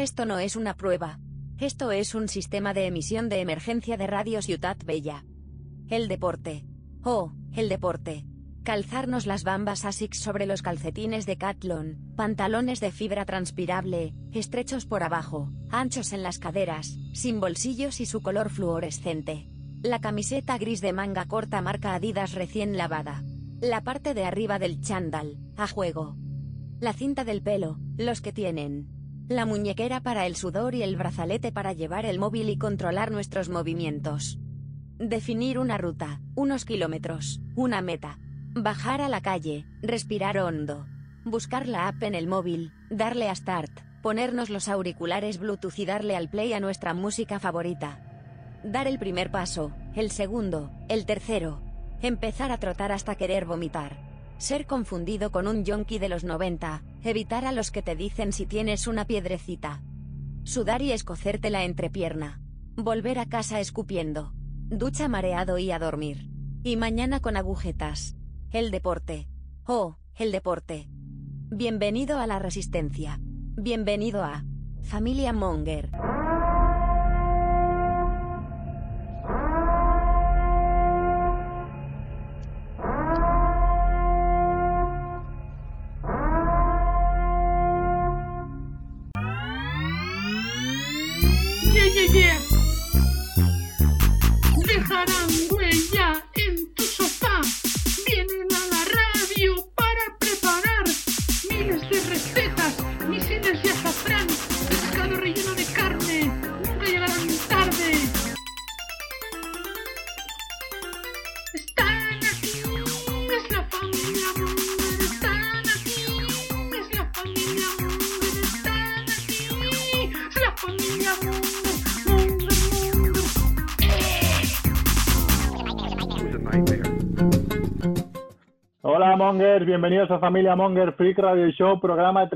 Esto no es una prueba. Esto es un sistema de emisión de emergencia de Radio Ciutat Bella. El deporte. Oh, el deporte. Calzarnos las Bambas Asics sobre los calcetines Decathlon, pantalones de fibra transpirable, estrechos por abajo, anchos en las caderas, sin bolsillos y su color fluorescente. La camiseta gris de manga corta marca Adidas recién lavada. La parte de arriba del chándal, a juego. La cinta del pelo, los que tienen. La muñequera para el sudor y el brazalete para llevar el móvil y controlar nuestros movimientos. Definir una ruta, unos kilómetros, una meta. Bajar a la calle, respirar hondo. Buscar la app en el móvil, darle a Start, ponernos los auriculares Bluetooth y darle al play a nuestra música favorita. Dar el primer paso, el segundo, el tercero. Empezar a trotar hasta querer vomitar. Ser confundido con un yonki de los 90, evitar a los que te dicen si tienes una piedrecita. Sudar y escocerte la entrepierna. Volver a casa escupiendo. Ducha mareado y a dormir. Y mañana con agujetas. El deporte. Oh, el deporte. Bienvenido a la resistencia. Bienvenido a Familia Monger. Dejarán huella en tu sofá. Vienen a la radio para preparar miles de recetas, misiles de azafrán, pescado relleno de carne. Nunca llegarán tarde. Están aquí, es la familia Monger. Están aquí, es la familia Monger. Están aquí, es la familia Monger. Hola Mongers, bienvenidos a Familia Monger Freak Radio Show, programa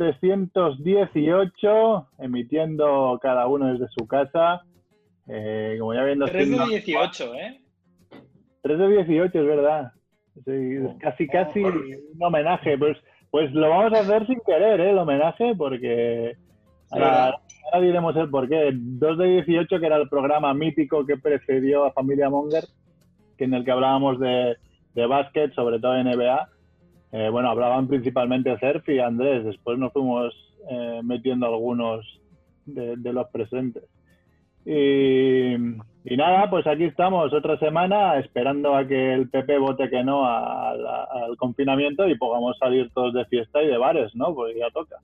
318, emitiendo cada uno desde su casa. Como ya viendo 3 de 18, ¿eh? 3 de 18, es verdad. Sí, es casi un homenaje. Pues lo vamos a hacer sin querer, el homenaje, porque ahora diremos el porqué. 2 de 18, que era el programa mítico que precedió a Familia Monger, que en el que hablábamos de básquet, sobre todo NBA. Bueno, hablaban principalmente Cerf y Andrés. Después nos fuimos metiendo algunos de los presentes. Y nada, pues aquí estamos otra semana esperando a que el PP vote que no al confinamiento y podamos salir todos de fiesta y de bares, ¿no? Porque ya toca.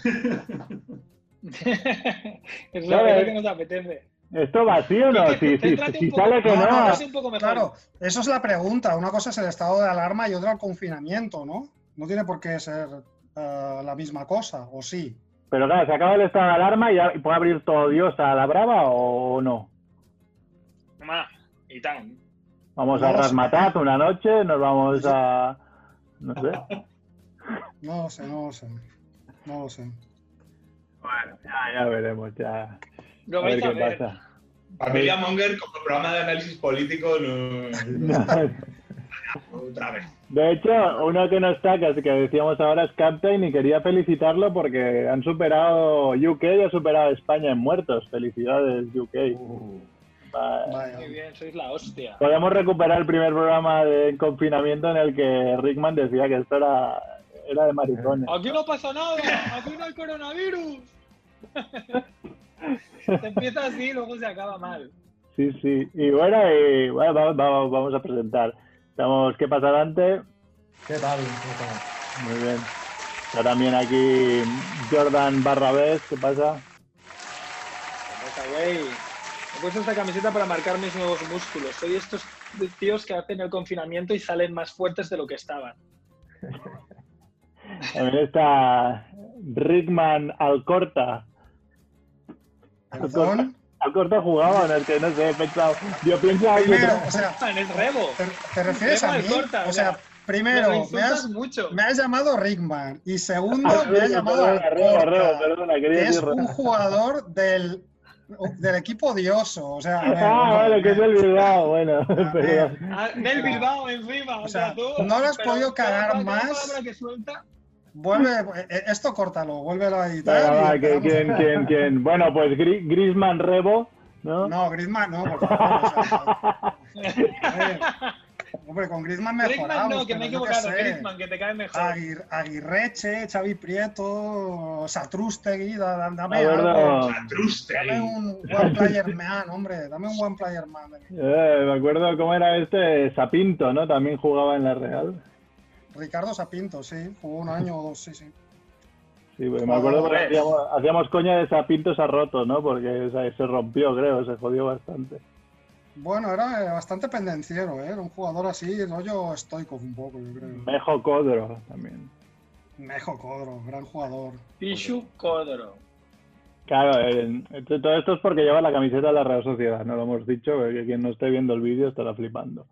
Es lo que nos apetece. ¿Esto va así o no? Si sale que no. Claro, eso es la pregunta. Una cosa es el estado de alarma y otra el confinamiento, ¿no? No tiene por qué ser la misma cosa, ¿o sí? Pero claro, ¿se acaba el estado de alarma y puede abrir todo Dios a la brava o no? Y tan. Vamos a Rasmatat una noche, nos vamos a... no sé. No lo sé. Bueno, ya veremos, ya. Lo a ver vais a qué ver. pasa. Familia Monger como programa de análisis político no. Otra vez. De hecho, uno que no está, que decíamos ahora, es Captain, y quería felicitarlo porque han superado UK y ha superado a España en muertos. Felicidades, UK. Vaya. Muy bien, sois la hostia. Podemos recuperar el primer programa de confinamiento en el que Rickman decía que esto era de maricones. Aquí no pasa nada, aquí no hay coronavirus. Se empieza así y luego se acaba mal. Sí. Y bueno, vamos a presentar. ¿Qué pasa, Dante? ¿Qué tal? Muy bien. Está también aquí Jordan Barrabés. ¿Qué pasa? ¿Qué pasa, güey? He puesto esta camiseta para marcar mis nuevos músculos. Soy estos tíos que hacen el confinamiento y salen más fuertes de lo que estaban. También está Rickman Alcorta. Alcorta jugaba en el que no sé, he pensado. Yo pienso ahí. Primero, o sea, En el Rebo. ¿te refieres Rebo a mí? Alcorta, O sea, primero, mucho. me has llamado Rickman y segundo, me has llamado Alcorta, perdona, que es un jugador del equipo odioso. O sea, vale, que es del Bilbao, bueno. Del Bilbao encima. O sea, tú, no lo has podido cagar más. Palabra que suelta. Vuelve, esto córtalo, vuélvelo a editar. Venga, va, y empezamos. ¿quién? Bueno, pues Griezmann Rebo, ¿no? No, Griezmann no, por favor. O sea, hombre, con Griezmann Griezmann mejoramos. no, que me he pero yo qué equivocado. sé. Griezmann, que te cae mejor. Aguirreche, Xavi Prieto, Satrústegui, dame Acuerdo. algo. Atrustegui. Dame un one player man, hombre, dame un one player man. Me acuerdo cómo era Sapinto, ¿no? También jugaba en la Real. Ricardo Sapinto, sí, jugó un año o dos, sí. Sí, pues me acuerdo porque hacíamos coña de Sapinto se ha roto, ¿no? Porque se rompió, creo, se jodió bastante. Bueno, era bastante pendenciero, ¿eh? Era un jugador así, rollo Stoikov un poco, yo creo. Mejo Codro también. Mejo Codro, gran jugador. Pichu Codro. Claro, todo esto es porque lleva la camiseta de la Real Sociedad, no lo hemos dicho, porque quien no esté viendo el vídeo estará flipando.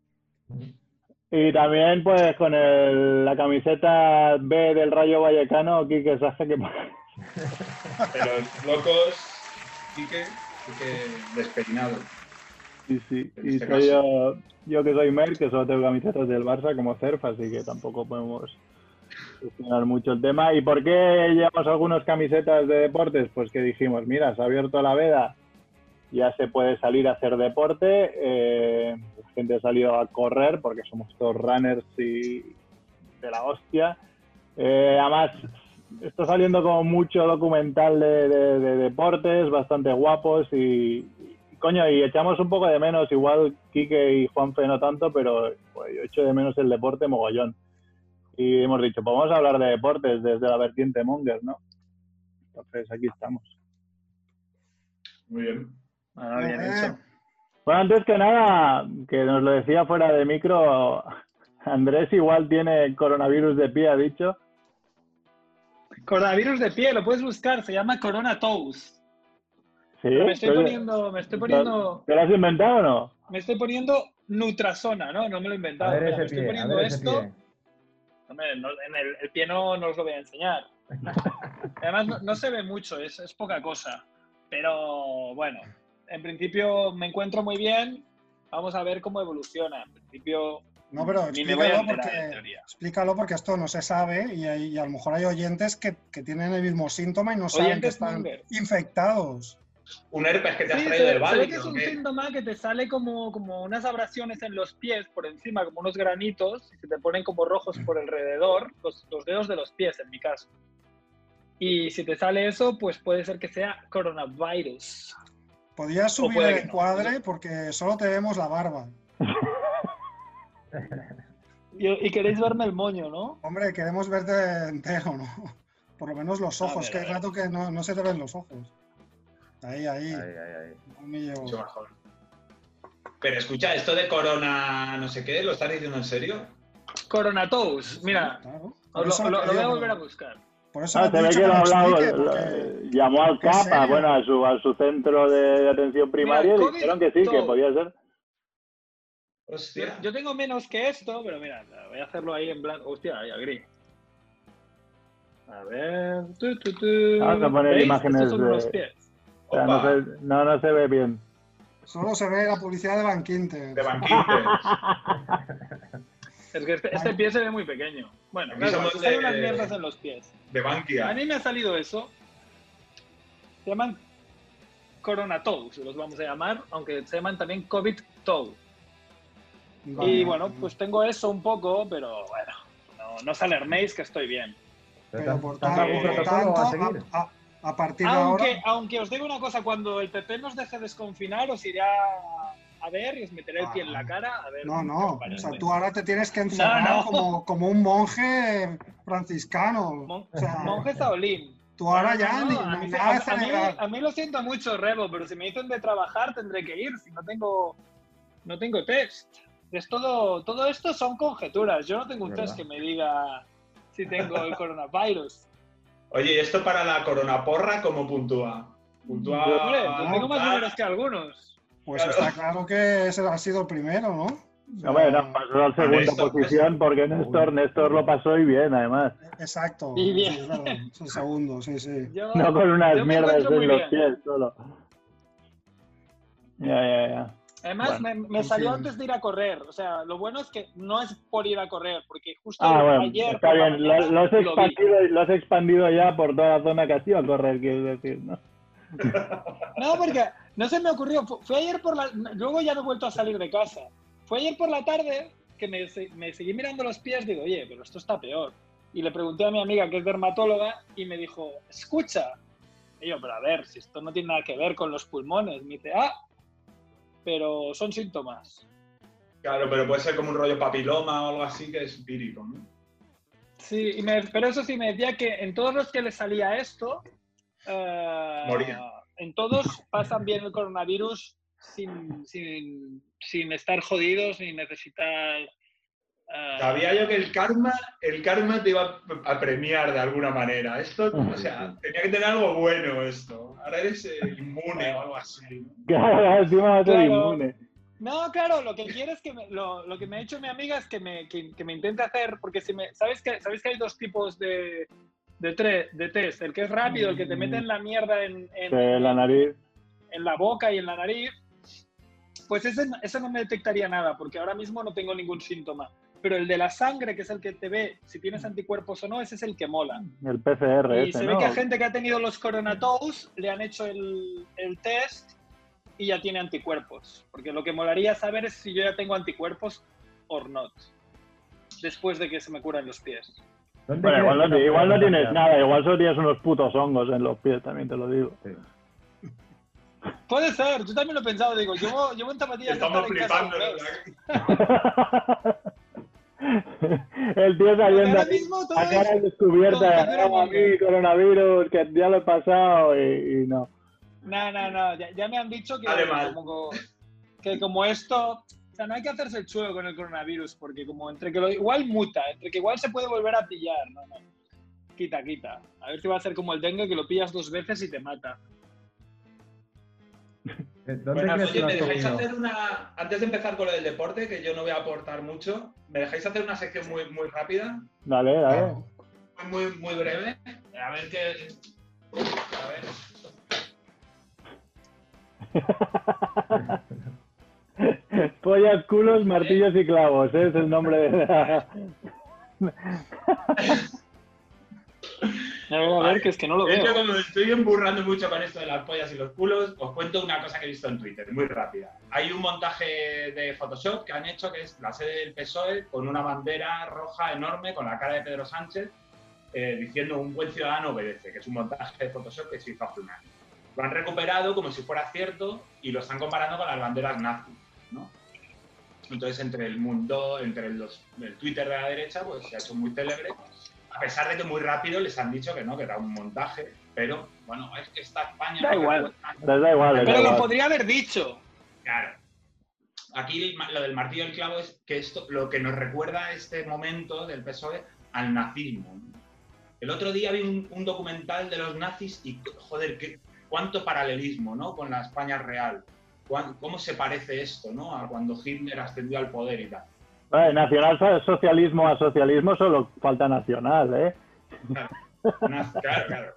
Y también, pues, con la camiseta B del Rayo Vallecano, Quique Saja, que... Pero locos, Quique despeinado. Sí. En Y este soy caso. yo que soy Mer, que solo tengo camisetas del Barça como Cerf, así que tampoco podemos gestionar mucho el tema. ¿Y por qué llevamos algunas camisetas de deportes? Pues que dijimos, mira, se ha abierto la veda, ya se puede salir a hacer deporte, la gente ha salido a correr porque somos todos runners y de la hostia. Además, está saliendo como mucho documental de deportes, bastante guapos y coño, y echamos un poco de menos, igual Quique y Juanfe no tanto, pero pues, yo echo de menos el deporte mogollón. Y hemos dicho, pues vamos a hablar de deportes desde la vertiente Monger, ¿no? Entonces aquí estamos. Muy bien. Bien hecho. Bueno, antes que nada, que nos lo decía fuera de micro, Andrés igual tiene coronavirus de pie, ha dicho. Coronavirus de pie, lo puedes buscar, se llama Corona Toes. Sí, Me estoy poniendo. ¿Te lo has inventado o no? Me estoy poniendo Nutrazona, ¿no? No me lo he inventado. A ver Mira, ese me estoy pie, poniendo a ver ese esto. pie. Hombre, el pie no os lo voy a enseñar. Además, no se ve mucho, es poca cosa. Pero bueno, en principio me encuentro muy bien. Vamos a ver cómo evoluciona. En principio, No, pero ni me voy a explícalo enterar, en porque, teoría. explícalo porque esto no se sabe y a lo mejor hay oyentes que tienen el mismo síntoma y no saben que Oyentes están Monger. infectados. Un herpes que te has Sí, traído del se ve Bali. que es ¿O un qué? síntoma que te sale como unas abrasiones en los pies por encima, como unos granitos, y se te ponen como rojos por alrededor, los dedos de los pies en mi caso. Y si te sale eso, pues puede ser que sea coronavirus. Podías subir puede el que no. encuadre porque solo te vemos la barba. Y queréis verme el moño, ¿no? Hombre, queremos verte entero, ¿no? Por lo menos los ojos, ver, que a hay ver. rato que no se te ven los ojos. Ahí. Ahí. Un millón. Mucho mejor. Pero escucha, esto de corona no sé qué, ¿lo estás diciendo en serio? Coronatous, mira, Claro. lo voy a volver a buscar. Por eso Se te he ve dicho que que lo ha lo hablado, explique, porque... llamó al ¿En CAPA, serio? bueno, a su centro de atención primaria Mira, y dijeron que sí, que COVID-19. podía ser. Hostia. Yo tengo menos que esto, pero mira, voy a hacerlo ahí en blanco. Hostia, ahí agrí. A ver. Vamos a poner ¿Veis? imágenes Estos son unos de- pies. O sea, Opa. no se ve bien. Solo se ve la publicidad de Banquinter. De banquintes. Es que este pie se ve muy pequeño. Bueno, Aquí da igual, somos te salen de- unas mierdas en los pies. De A Bankia. mí me ha salido eso. Se llaman Coronatoes, los vamos a llamar, aunque se llaman también COVID-toe. Vale. Y bueno, pues tengo eso un poco, pero bueno, no os alarméis que estoy bien. Pero por ¿Tanto algún protocolo a seguir? tanto, a partir de ahora... Aunque os digo una cosa, cuando el PP nos deje desconfinar, os iré a ver y os meteré el pie en la cara a ver. No, qué no, os o parece. sea, tú ahora te tienes que encerrar No. como un monje franciscano. O sea, Monje Shaolin. tú ahora No, ya no, ni a mí, nada de a mí- celebrar. a mí lo siento mucho, Rebo, pero si me dicen de trabajar tendré que ir, si no tengo test. Es todo esto son conjeturas. Yo no tengo un ¿Verdad? test que me diga si tengo el coronavirus. Oye, ¿y esto para la corona porra cómo puntúa? Puntúa. Hombre, pues tengo más números que algunos. Pues está claro que ese ha sido el primero, ¿no? O sea, Hombre, no, pasó a segunda Néstor, posición porque Néstor lo pasó y bien, además. Exacto. Y bien. Sí, es verdad. Es el segundo, sí. Yo, No con unas yo me mierdas encuentro muy en los bien. pies solo. Ya. Además, Bueno, me salió antes de ir a correr. O sea, lo bueno es que no es por ir a correr, porque justo bueno, ayer está por la bien. mañana Lo has expandido ya por toda la zona que has ido a correr, quieres decir, ¿no? No, porque no se me ocurrió. Fue ayer por la... Luego ya no he vuelto a salir de casa. Fue ayer por la tarde que me seguí mirando los pies. Digo, oye, pero esto está peor. Y le pregunté a mi amiga, que es dermatóloga, y me dijo, escucha. Y yo, pero a ver, si esto no tiene nada que ver con los pulmones. Me dice, pero son síntomas. Claro, pero puede ser como un rollo papiloma o algo así que es vírico, ¿no? Sí, pero eso sí, me decía que en todos los que le salía esto, Morían. en todos pasan bien el coronavirus sin estar jodidos ni necesitar... Sabía yo que el karma te iba a premiar de alguna manera. Esto, o sea, tenía que tener algo bueno esto. Ahora eres inmune o algo así, ¿no? Claro, encima va a ser Claro. inmune. No, claro, lo que quiero es que lo que me ha dicho mi amiga es que me intente hacer, porque ¿sabes que hay dos tipos de test? El que es rápido, el que te meten la mierda en La nariz. en la boca y en la nariz, pues ese no me detectaría nada, porque ahora mismo no tengo ningún síntoma. Pero el de la sangre, que es el que te ve si tienes anticuerpos o no, ese es el que mola. El PCR Y ese, se ¿no? ve que a gente que ha tenido los coronatous le han hecho el test y ya tiene anticuerpos. Porque lo que molaría saber es si yo ya tengo anticuerpos o no, después de que se me curan los pies. Bueno, igual no tienes nada, igual solo tienes unos putos hongos en los pies, también te lo digo. Sí. Puede ser, yo también lo he pensado, digo, llevo en zapatillas de Estamos estar en casa flipando, un mes. El tío saliendo Ahora mismo todo a cara es descubierta, configura a mí coronavirus, que ya lo he pasado y no. No, ya me han dicho Vale, mal. que como esto, o sea, no hay que hacerse el chulo con el coronavirus, porque como entre que igual muta, entre que igual se puede volver a pillar, no. Quita. A ver si va a ser como el dengue, que lo pillas 2 veces y te mata. ¿Dónde Bueno, crees que oye, lo ¿me has dejáis comido? hacer una... Antes de empezar con lo del deporte, que yo no voy a aportar mucho, ¿me dejáis hacer una sección muy rápida? Dale. Muy breve. A ver qué... A ver... Pollas, culos, martillos y clavos, ¿eh? Es el nombre de la... A ver, que es que no lo De hecho, veo. como estoy emburrando mucho con esto de las pollas y los culos, os cuento una cosa que he visto en Twitter, muy rápida. Hay un montaje de Photoshop que han hecho, que es la sede del PSOE con una bandera roja enorme con la cara de Pedro Sánchez diciendo un buen ciudadano obedece, que es un montaje de Photoshop que se hizo hace un año. Lo han recuperado como si fuera cierto y lo están comparando con las banderas nazis, ¿no? Entonces, entre el mundo, el Twitter de la derecha, pues se ha hecho muy célebre. A pesar de que muy rápido les han dicho que no, que era un montaje, pero bueno, es que esta España... Da igual. Les da igual. Pero lo podría haber dicho. Claro. Aquí lo del martillo del clavo es que esto lo que nos recuerda a este momento del PSOE al nazismo, ¿no? El otro día vi un documental de los nazis y, joder, cuánto paralelismo, ¿no? Con la España real. ¿Cómo se parece esto, ¿no? A cuando Hitler ascendió al poder y tal. Nacional socialismo solo falta nacional, ¿eh? Claro.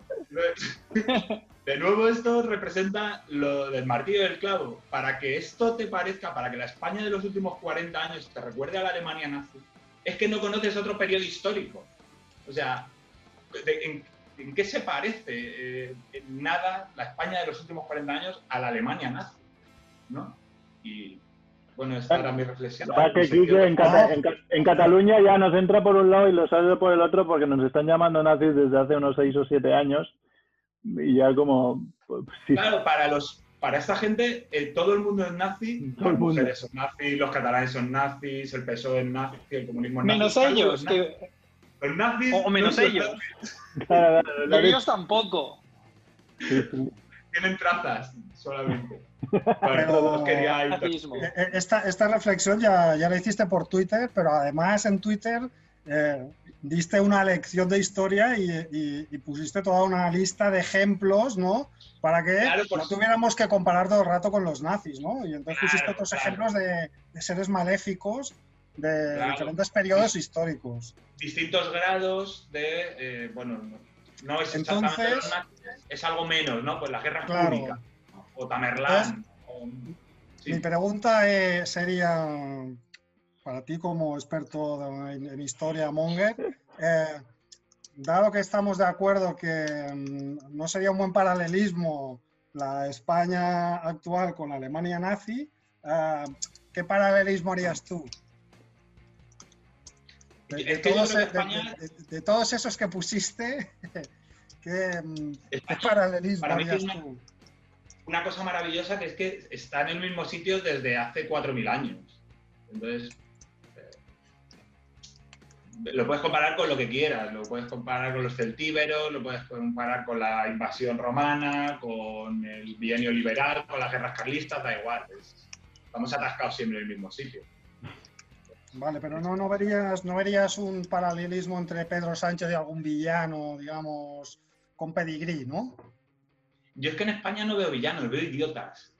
De nuevo esto representa lo del martillo del clavo. Para que esto te parezca, para que la España de los últimos 40 años te recuerde a la Alemania nazi, es que no conoces otro periodo histórico. O sea, ¿en qué se parece? En nada la España de los últimos 40 años a la Alemania nazi, ¿no? Y... bueno, esta era mi reflexión. Que Quique, en Cataluña ya nos entra por un lado y lo sale por el otro porque nos están llamando nazis desde hace unos 6 o 7 años y ya como... Pues, sí. Claro, para esta gente todo el mundo es nazi, las mujeres son nazis, los catalanes son nazis, el PSOE es nazi, el comunismo es nazi. Menos ellos, los nazis... O menos no ellos. Claro, Ellos tampoco. Sí. Tienen trazas solamente. Bueno, todos queríais... Esta reflexión ya la hiciste por Twitter, pero además en Twitter diste una lección de historia y pusiste toda una lista de ejemplos, ¿no? Para que no tuviéramos que comparar todo el rato con los nazis, ¿no? Y entonces pusiste otros ejemplos de seres maléficos de diferentes periodos históricos. Distintos grados de... bueno, no es exactamente los nazis, es algo menos, ¿no? Pues las guerras púnicas. O Tamerlán. Sí. Mi pregunta sería, para ti como experto en historia, Monger, dado que estamos de acuerdo que no sería un buen paralelismo la España actual con la Alemania nazi, ¿qué paralelismo harías tú? De todos esos que pusiste, ¿qué paralelismo harías tú? Una cosa maravillosa que es que está en el mismo sitio desde hace 4.000 años. Entonces, lo puedes comparar con lo que quieras. Lo puedes comparar con los celtíberos, lo puedes comparar con la invasión romana, con el bienio liberal, con las guerras carlistas, da igual. Estamos atascados siempre en el mismo sitio. Vale, pero no verías un paralelismo entre Pedro Sánchez y algún villano, digamos, con pedigrí, ¿no? Yo es que en España no veo villanos, veo idiotas.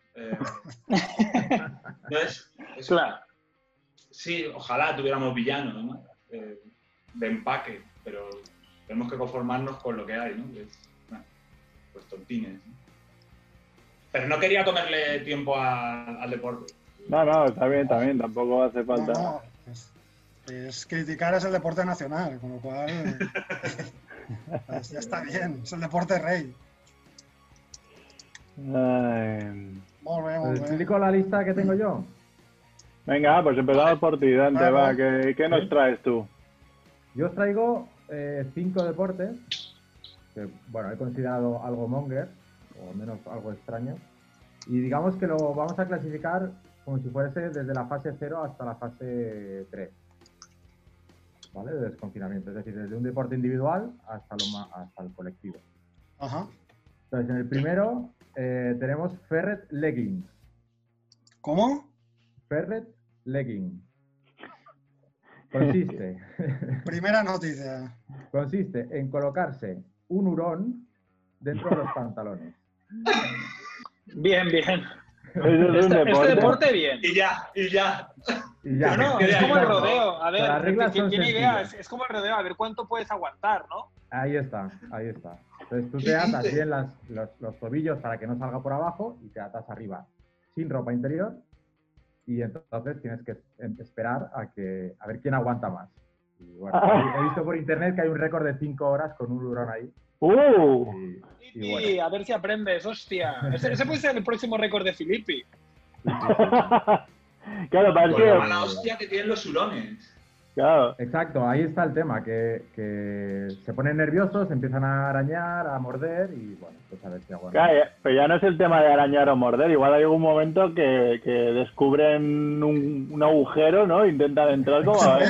Entonces, Claro. Sí, ojalá tuviéramos villanos, ¿no? De empaque, pero tenemos que conformarnos con lo que hay, ¿no? Pues tontines, ¿no? Pero no quería comerle tiempo al deporte. No, está bien, tampoco hace falta. No, es criticar es el deporte nacional, con lo cual pues ya está bien, es el deporte rey. Ay. Muy bien, ¿Os muy bien. explico la lista que tengo yo? Venga, pues empezamos por ti, Dante, va. ¿Qué nos traes tú? Yo os traigo 5 deportes que, bueno, he considerado algo monger, o al menos algo extraño, y digamos que lo vamos a clasificar como si fuese desde la fase 0 hasta la fase 3, ¿vale? De desconfinamiento, es decir, desde un deporte individual hasta el colectivo. Ajá. Entonces, en el primero tenemos Ferret Legging. ¿Cómo? Ferret Legging. Primera noticia. Consiste en colocarse un hurón dentro de los pantalones. Bien. Eso es un Este deporte bien. Y ya. Y ya. No, es como el rodeo. A ver, Las reglas ¿quién son tiene idea? sencillas. Es como el rodeo, a ver cuánto puedes aguantar, ¿no? Ahí está. Entonces tú te atas bien los tobillos para que no salga por abajo y te atas arriba sin ropa interior y entonces tienes que esperar a ver quién aguanta más. Y bueno, he visto por internet que hay un récord de 5 horas con un hurón ahí. Y Sí, bueno. a ver si aprendes, hostia. Ese puede ser el próximo récord de Filippi. Claro, para Con la mala hostia que tienen los hurones. Claro. Exacto, ahí está el tema, que se ponen nerviosos, empiezan a arañar, a morder y bueno, pues a ver si aguantan. Claro, pero ya no es el tema de arañar o morder, igual hay algún momento que descubren un agujero, ¿no? Intentan entrar como a ver.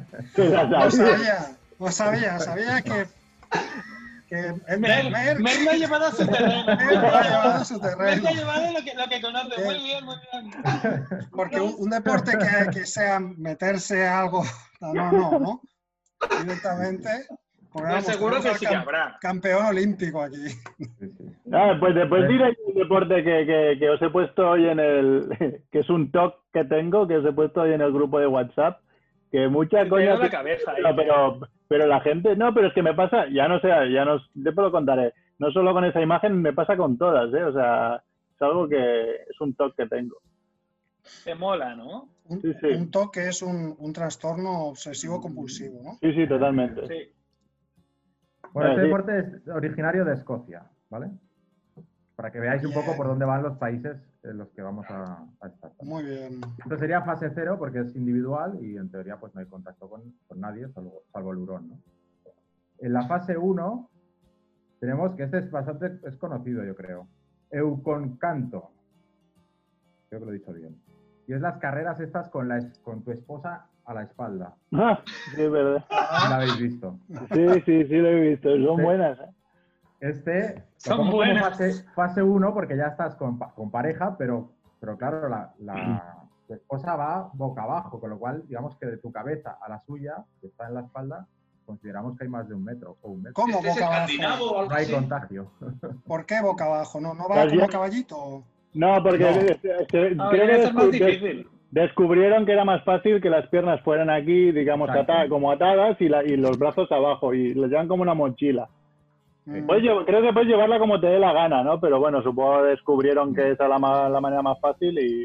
Lo sabía que Mer lo ha llevado a su terreno. Mer lo ha llevado lo que conoce. Muy bien. Porque un deporte que sea meterse algo, no. Directamente. Pues seguro que sí que habrá. Campeón olímpico aquí. Pues después diré el deporte que os he puesto hoy que es un talk que tengo, que os he puesto hoy en el grupo de WhatsApp, que mucha coña. La cabeza, pero la gente, no, pero es que me pasa, después lo contaré, no solo con esa imagen, me pasa con todas, o sea, es algo que es un TOC que tengo. Te mola, ¿no? Sí. Un TOC que es un trastorno obsesivo compulsivo, ¿no? Sí, totalmente. Sí. Bueno, este deporte es originario de Escocia, ¿vale? Para que veáis un poco por dónde van los países en los que vamos a estar. Muy bien. Esto sería fase 0 porque es individual y en teoría pues no hay contacto con nadie salvo el hurón, ¿no? En la fase 1 tenemos que este es conocido, yo creo. Euconcanto. Creo que lo he dicho bien. Y es las carreras estas con tu esposa a la espalda. Sí, es verdad. ¿La habéis visto? Sí, lo he visto. Son buenas, Son buenas. Fase 1 porque ya estás con pareja, pero claro, tu esposa va boca abajo, con lo cual, digamos que de tu cabeza a la suya, que está en la espalda, consideramos que hay más de 1 metro o 1 metro. ¿Cómo boca abajo? No hay contagio. ¿Por qué boca abajo? ¿No va como caballito? No, porque creo que es más difícil. Descubrieron que era más fácil que las piernas fueran aquí, digamos, como atadas y los brazos abajo, y les llevan como una mochila. Creo que puedes llevarla como te dé la gana, ¿no? Pero bueno, supongo que descubrieron que esa es la manera más fácil y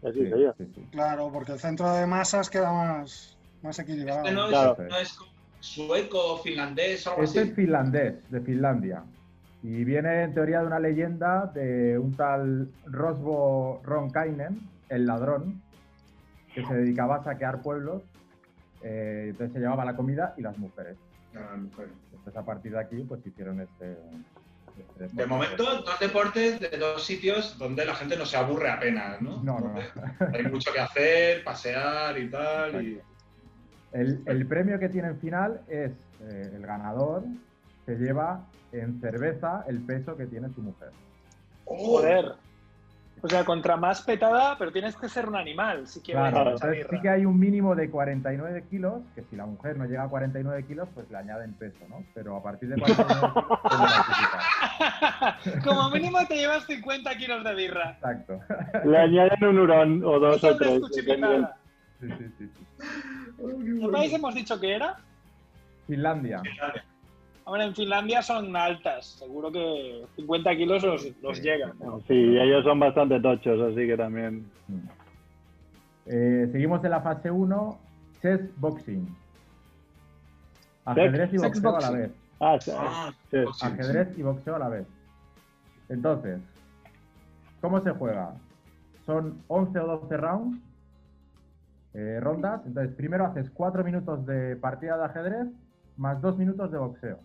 Así sería. Sí, sí. Claro, porque el centro de masas queda más equilibrado. Este no, Claro. no es sueco, finlandés o algo Este así. es finlandés, de Finlandia. Y viene en teoría de una leyenda de un tal Rosbo Ronkainen, el ladrón, que se dedicaba a saquear pueblos. Entonces se llevaba la comida y las mujeres. Ah, mujer. Entonces a partir de aquí pues hicieron este De momento, 2 deportes de 2 sitios donde la gente no se aburre apenas, ¿no? No. Donde hay mucho que hacer, pasear y tal. Y... El premio que tiene en final es el ganador se lleva en cerveza el peso que tiene su mujer. Joder. O sea, contra más petada, pero tienes que ser un animal si quieres Claro, mucha entonces birra. sí que hay un mínimo de 49 kilos, que si la mujer no llega a 49 kilos, pues le añaden peso, ¿no? Pero a partir de 49 kilos puede participar. Como mínimo te llevas 50 kilos de birra. Exacto. Le añaden un hurón o 2 Esa o es una 3. escuchipizada. Sí. ¿Qué país hemos dicho que era? Finlandia. Hombre, en Finlandia son altas. Seguro que 50 kilos los llegan. Sí, ellos son bastante tochos, así que también. Seguimos en la fase 1, chess boxing. Ajedrez y Sex boxeo a la boxing. vez. Ah, sí. Sí. Ajedrez y boxeo a la vez. Entonces, ¿cómo se juega? Son 11 o 12 rounds, rondas. Entonces, primero haces 4 minutos de partida de ajedrez más 2 minutos de boxeo.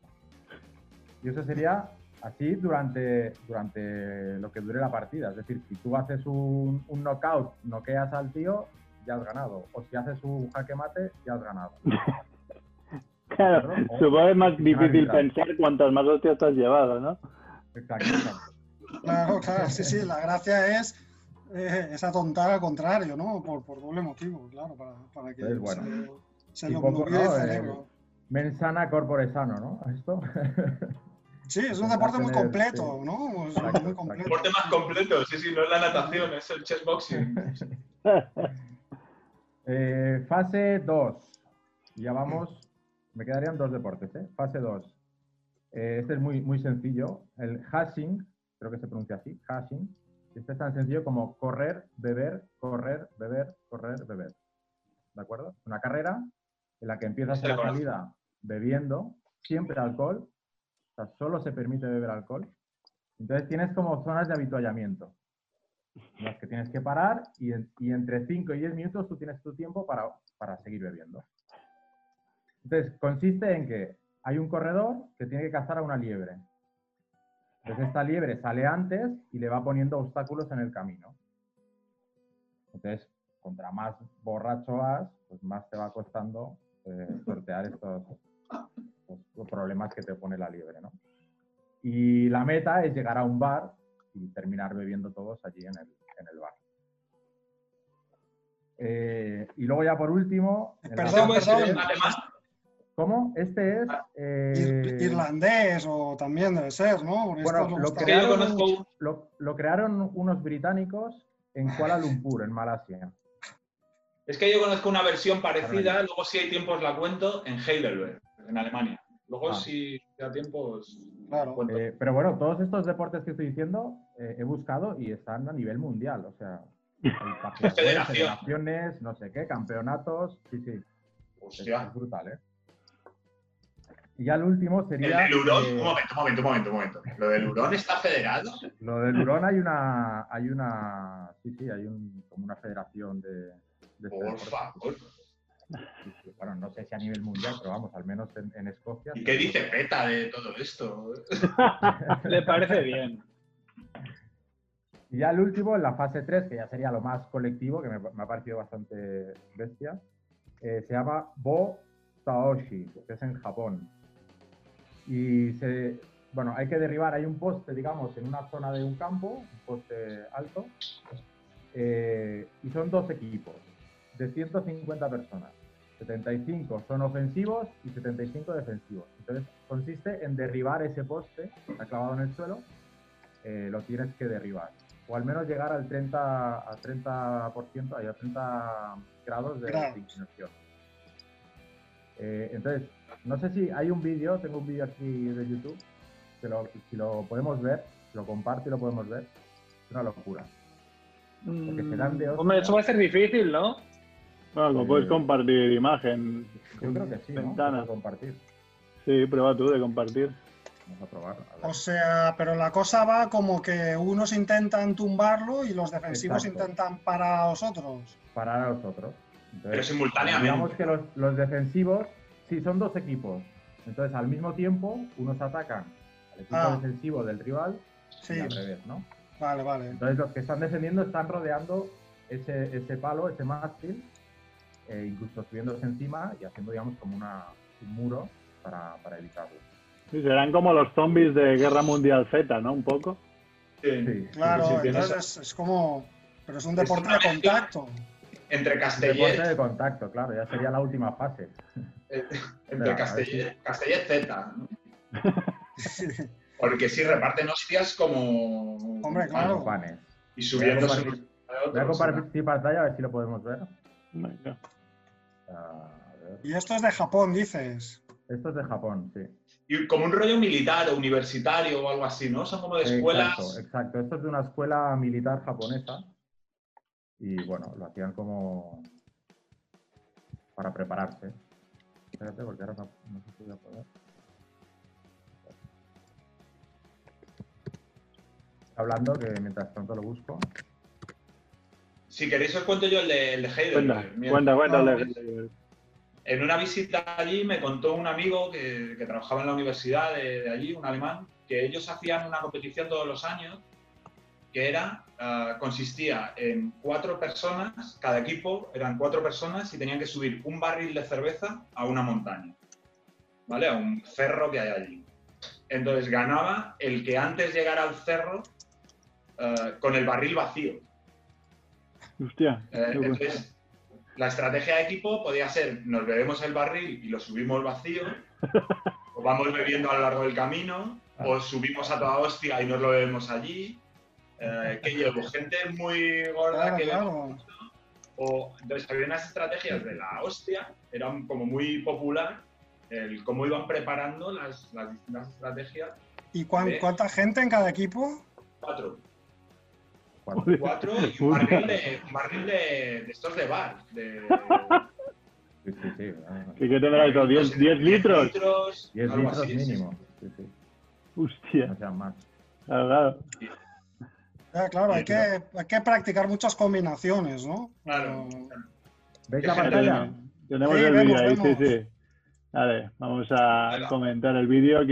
Y eso sería así durante lo que dure la partida. Es decir, si tú haces un knockout, noqueas al tío, ya has ganado. O si haces un jaque mate, ya has ganado. Claro, supongo que es más difícil arbitral. pensar cuantas más hostias te has llevado, ¿no? Exacto. Claro, sí, la gracia es esa tontada al contrario, ¿no? Por doble motivo, claro, para que Es bueno. se Y lo poco, obnubile el ¿no? cerebro. Mens sana corpore sano, ¿no? Esto. Sí, es un deporte muy tener, completo, sí. ¿no? Es Exacto, muy exacto. completo. Deporte más completo, sí, no es la natación, es el chess boxing. Fase 2. Ya vamos. Me quedarían 2 deportes, ¿eh? Fase 2. Este es muy sencillo. El hashing, creo que se pronuncia así, hashing. Este es tan sencillo como correr, beber, correr, beber, correr, beber. ¿De acuerdo? Una carrera en la que empiezas en la salida bebiendo, siempre alcohol. O sea, solo se permite beber alcohol. Entonces tienes como zonas de avituallamiento, en las que tienes que parar y entre 5 y 10 minutos tú tienes tu tiempo para seguir bebiendo. Entonces, consiste en que hay un corredor que tiene que cazar a una liebre. Entonces, esta liebre sale antes y le va poniendo obstáculos en el camino. Entonces, contra más borracho vas, pues más te va costando sortear estos los problemas que te pone la liebre, ¿no? Y la meta es llegar a un bar y terminar bebiendo todos allí en el bar. Y luego ya por último... Perdón. ¿Cómo? Este es... Irlandés o también debe ser, ¿no? Porque Bueno, esto lo crearon unos británicos en Kuala Lumpur, en Malasia. Es que yo conozco una versión parecida, luego si hay tiempo os la cuento, en Heidelberg, en Alemania. Luego si da tiempo os cuento. Pero bueno, todos estos deportes que estoy diciendo he buscado y están a nivel mundial. O sea, hay federaciones, no sé qué, campeonatos. Sí. Hostia. Es brutal, ¿eh? Y ya el último sería... ¿El del hurón? Un momento. ¿Lo del hurón está federado? Lo del hurón hay una como una federación de por favor. Sí. Bueno, no sé si a nivel mundial, pero vamos, al menos en Escocia. ¿Y qué dice PETA de todo esto? Le parece bien. Y ya el último, en la fase 3, que ya sería lo más colectivo, que me ha parecido bastante bestia, se llama Bo Taoshi, que es en Japón. Y hay que derribar, hay un poste, digamos, en una zona de un campo, un poste alto, y son 2 equipos de 150 personas. 75 son ofensivos y 75 defensivos. Entonces, consiste en derribar ese poste, está clavado en el suelo, lo tienes que derribar. O al menos llegar al 30%, a 30 grados de inclinación. Entonces, no sé si hay un vídeo, tengo un vídeo aquí de YouTube, que si lo podemos ver, lo comparto y lo podemos ver, es una locura. Porque se dan de Hombre, eso va a ser difícil, ¿no? Bueno, como puedes compartir imagen. Yo creo que sí, ¿no? Ventana. Puedes compartir. Sí, prueba tú de compartir. Vamos a probarlo. A ver. O sea, pero la cosa va como que unos intentan tumbarlo y los defensivos Exacto. intentan parar a los otros. Parar a los otros. Entonces, Pero simultáneamente. digamos que los defensivos, sí, son dos equipos. Entonces, al mismo tiempo, unos atacan al equipo defensivo del rival Sí, y al revés, ¿no? vale. Entonces, los que están defendiendo están rodeando ese palo, ese mástil, incluso subiéndose encima y haciendo, digamos, como un muro para evitarlo. Sí, serán como los zombies de Guerra Mundial Z, ¿no? Un poco. Sí. Sí, Claro, sí, tienes- entonces es como... Pero es un Es deporte una de mezcla. contacto. Entre deporte Castellet, de contacto, claro, ya sería la última fase. entre Espera, a ver Castellet Z, ¿no? Porque sí reparten hostias como. Hombre, claro. Los panes. Y subiéndose Voy a unos a Voy a otros. compartir pantalla a ver si lo podemos ver. Venga. A ver. Y esto es de Japón, dices. Esto es de Japón, sí. Y como un rollo militar o universitario o algo así, ¿no? Son como de escuelas. Exacto. Esto es de una escuela militar japonesa. Y bueno, lo hacían como para prepararse. Espérate, porque ahora no sé si voy a poder. Hablando, que mientras tanto lo busco. Si queréis os cuento yo el de Heidelberg. Cuenta. En una visita allí me contó un amigo que trabajaba en la universidad de allí, un alemán, que ellos hacían una competición todos los años que consistía en 4 personas, cada equipo eran 4 personas y tenían que subir un barril de cerveza a una montaña, ¿vale? A un cerro que hay allí. Entonces ganaba el que antes llegara al cerro con el barril vacío. Hostia. Entonces, la estrategia de equipo podía ser, nos bebemos el barril y lo subimos vacío, o vamos bebiendo a lo largo del camino, o subimos a toda hostia y nos lo bebemos allí. Que llevo gente muy gorda que Claro. entonces había unas estrategias de la hostia, era como muy popular el cómo iban preparando las distintas estrategias. ¿Y cuánta gente en cada equipo? 4 Joder. y un barril de estos de bar. Sí. ¿Y qué tendrá eso? ¿10 litros? 10 algo litros así, mínimo. Sí. Hostia. No sean más. Claro. Claro, hay que practicar muchas combinaciones, ¿no? Claro. ¿Veis la Qué pantalla? Tenemos Sí, el vídeo ahí, vemos. sí. Vale, vamos a Venga. comentar el vídeo.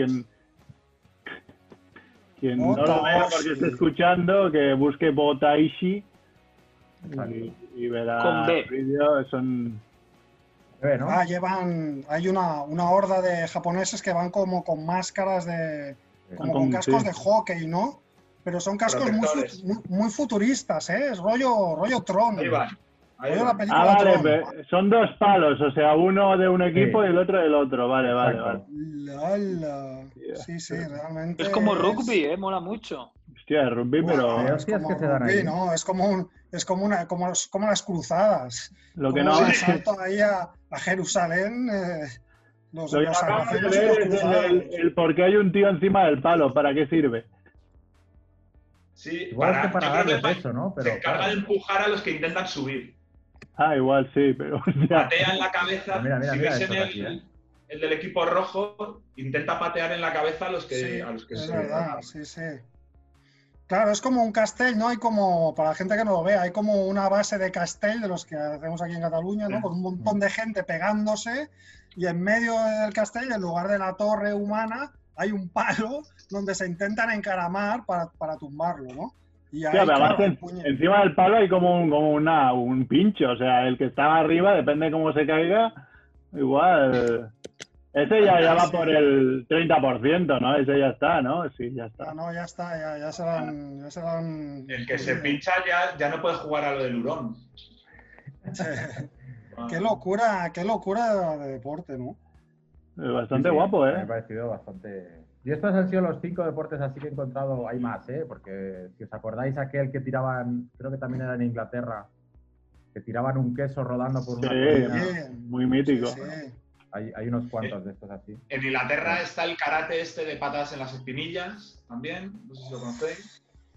Quien no lo Botaishi. vea porque esté escuchando, que busque Botaishi Exacto. y verá Con B. el vídeo. Son... ¿No? Hay una horda de japoneses que van como con máscaras como con Con- cascos sí. de hockey, ¿no? Pero son cascos Protectores. muy futuristas, ¿eh? Es rollo Tron. Ahí van. Ahí Rollo van. la película vale, Tron. son 2 palos, o sea, uno de un equipo Sí. y el otro del otro. Vale. Exacto. Lala. Sí, realmente. Es como rugby, mola mucho. Hostia, rugby, pero Pero- Es hostias como que se dan rugby, ahí. ¿no? Es como las cruzadas. lo que Como no el asalto ahí a Jerusalén. Los lo que no acabo de sarracenos y ver los es cruzados. el por qué hay un tío encima del palo, ¿para qué sirve? Sí, Igual es que para yo creo darle que peso, ¿no? Pero se encarga claro. de empujar a los que intentan subir. Ah, igual sí, pero hostia. Patea en la cabeza. Pero mira si estos ves en aquí, el del equipo rojo, intenta patear en la cabeza a los que, Sí, a los que es se verdad, sí. Claro, es como un castell, ¿no? Hay como, para la gente que no lo vea, hay como una base de castell de los que hacemos aquí en Cataluña, ¿no? Con un montón de gente pegándose y en medio del castell, en lugar de la torre humana, hay un palo donde se intentan encaramar para tumbarlo, ¿no? Y ahí, Hostia, pero claro, además hay puñe- encima del palo hay como un pincho, o sea, el que está arriba, depende de cómo se caiga, igual... Ese ya va por el 30%, ¿no? Ese ya está, ¿no? Sí, ya Ah, está. no, ya está, ya se lo han... El que se pincha ya no puede jugar a lo del hurón. Qué locura de deporte, ¿no? Bastante Sí, guapo, Me ¿eh? ha parecido bastante... Y estos han sido los 5 deportes así que he encontrado. Hay más, ¿eh? Porque si os acordáis aquel que tiraban, creo que también era en Inglaterra, que tiraban un queso rodando por una Sí, colina. muy mítico. Sí. Hay unos cuantos de estos así. En Inglaterra está el karate este de patadas en las espinillas, también. No sé si lo conocéis.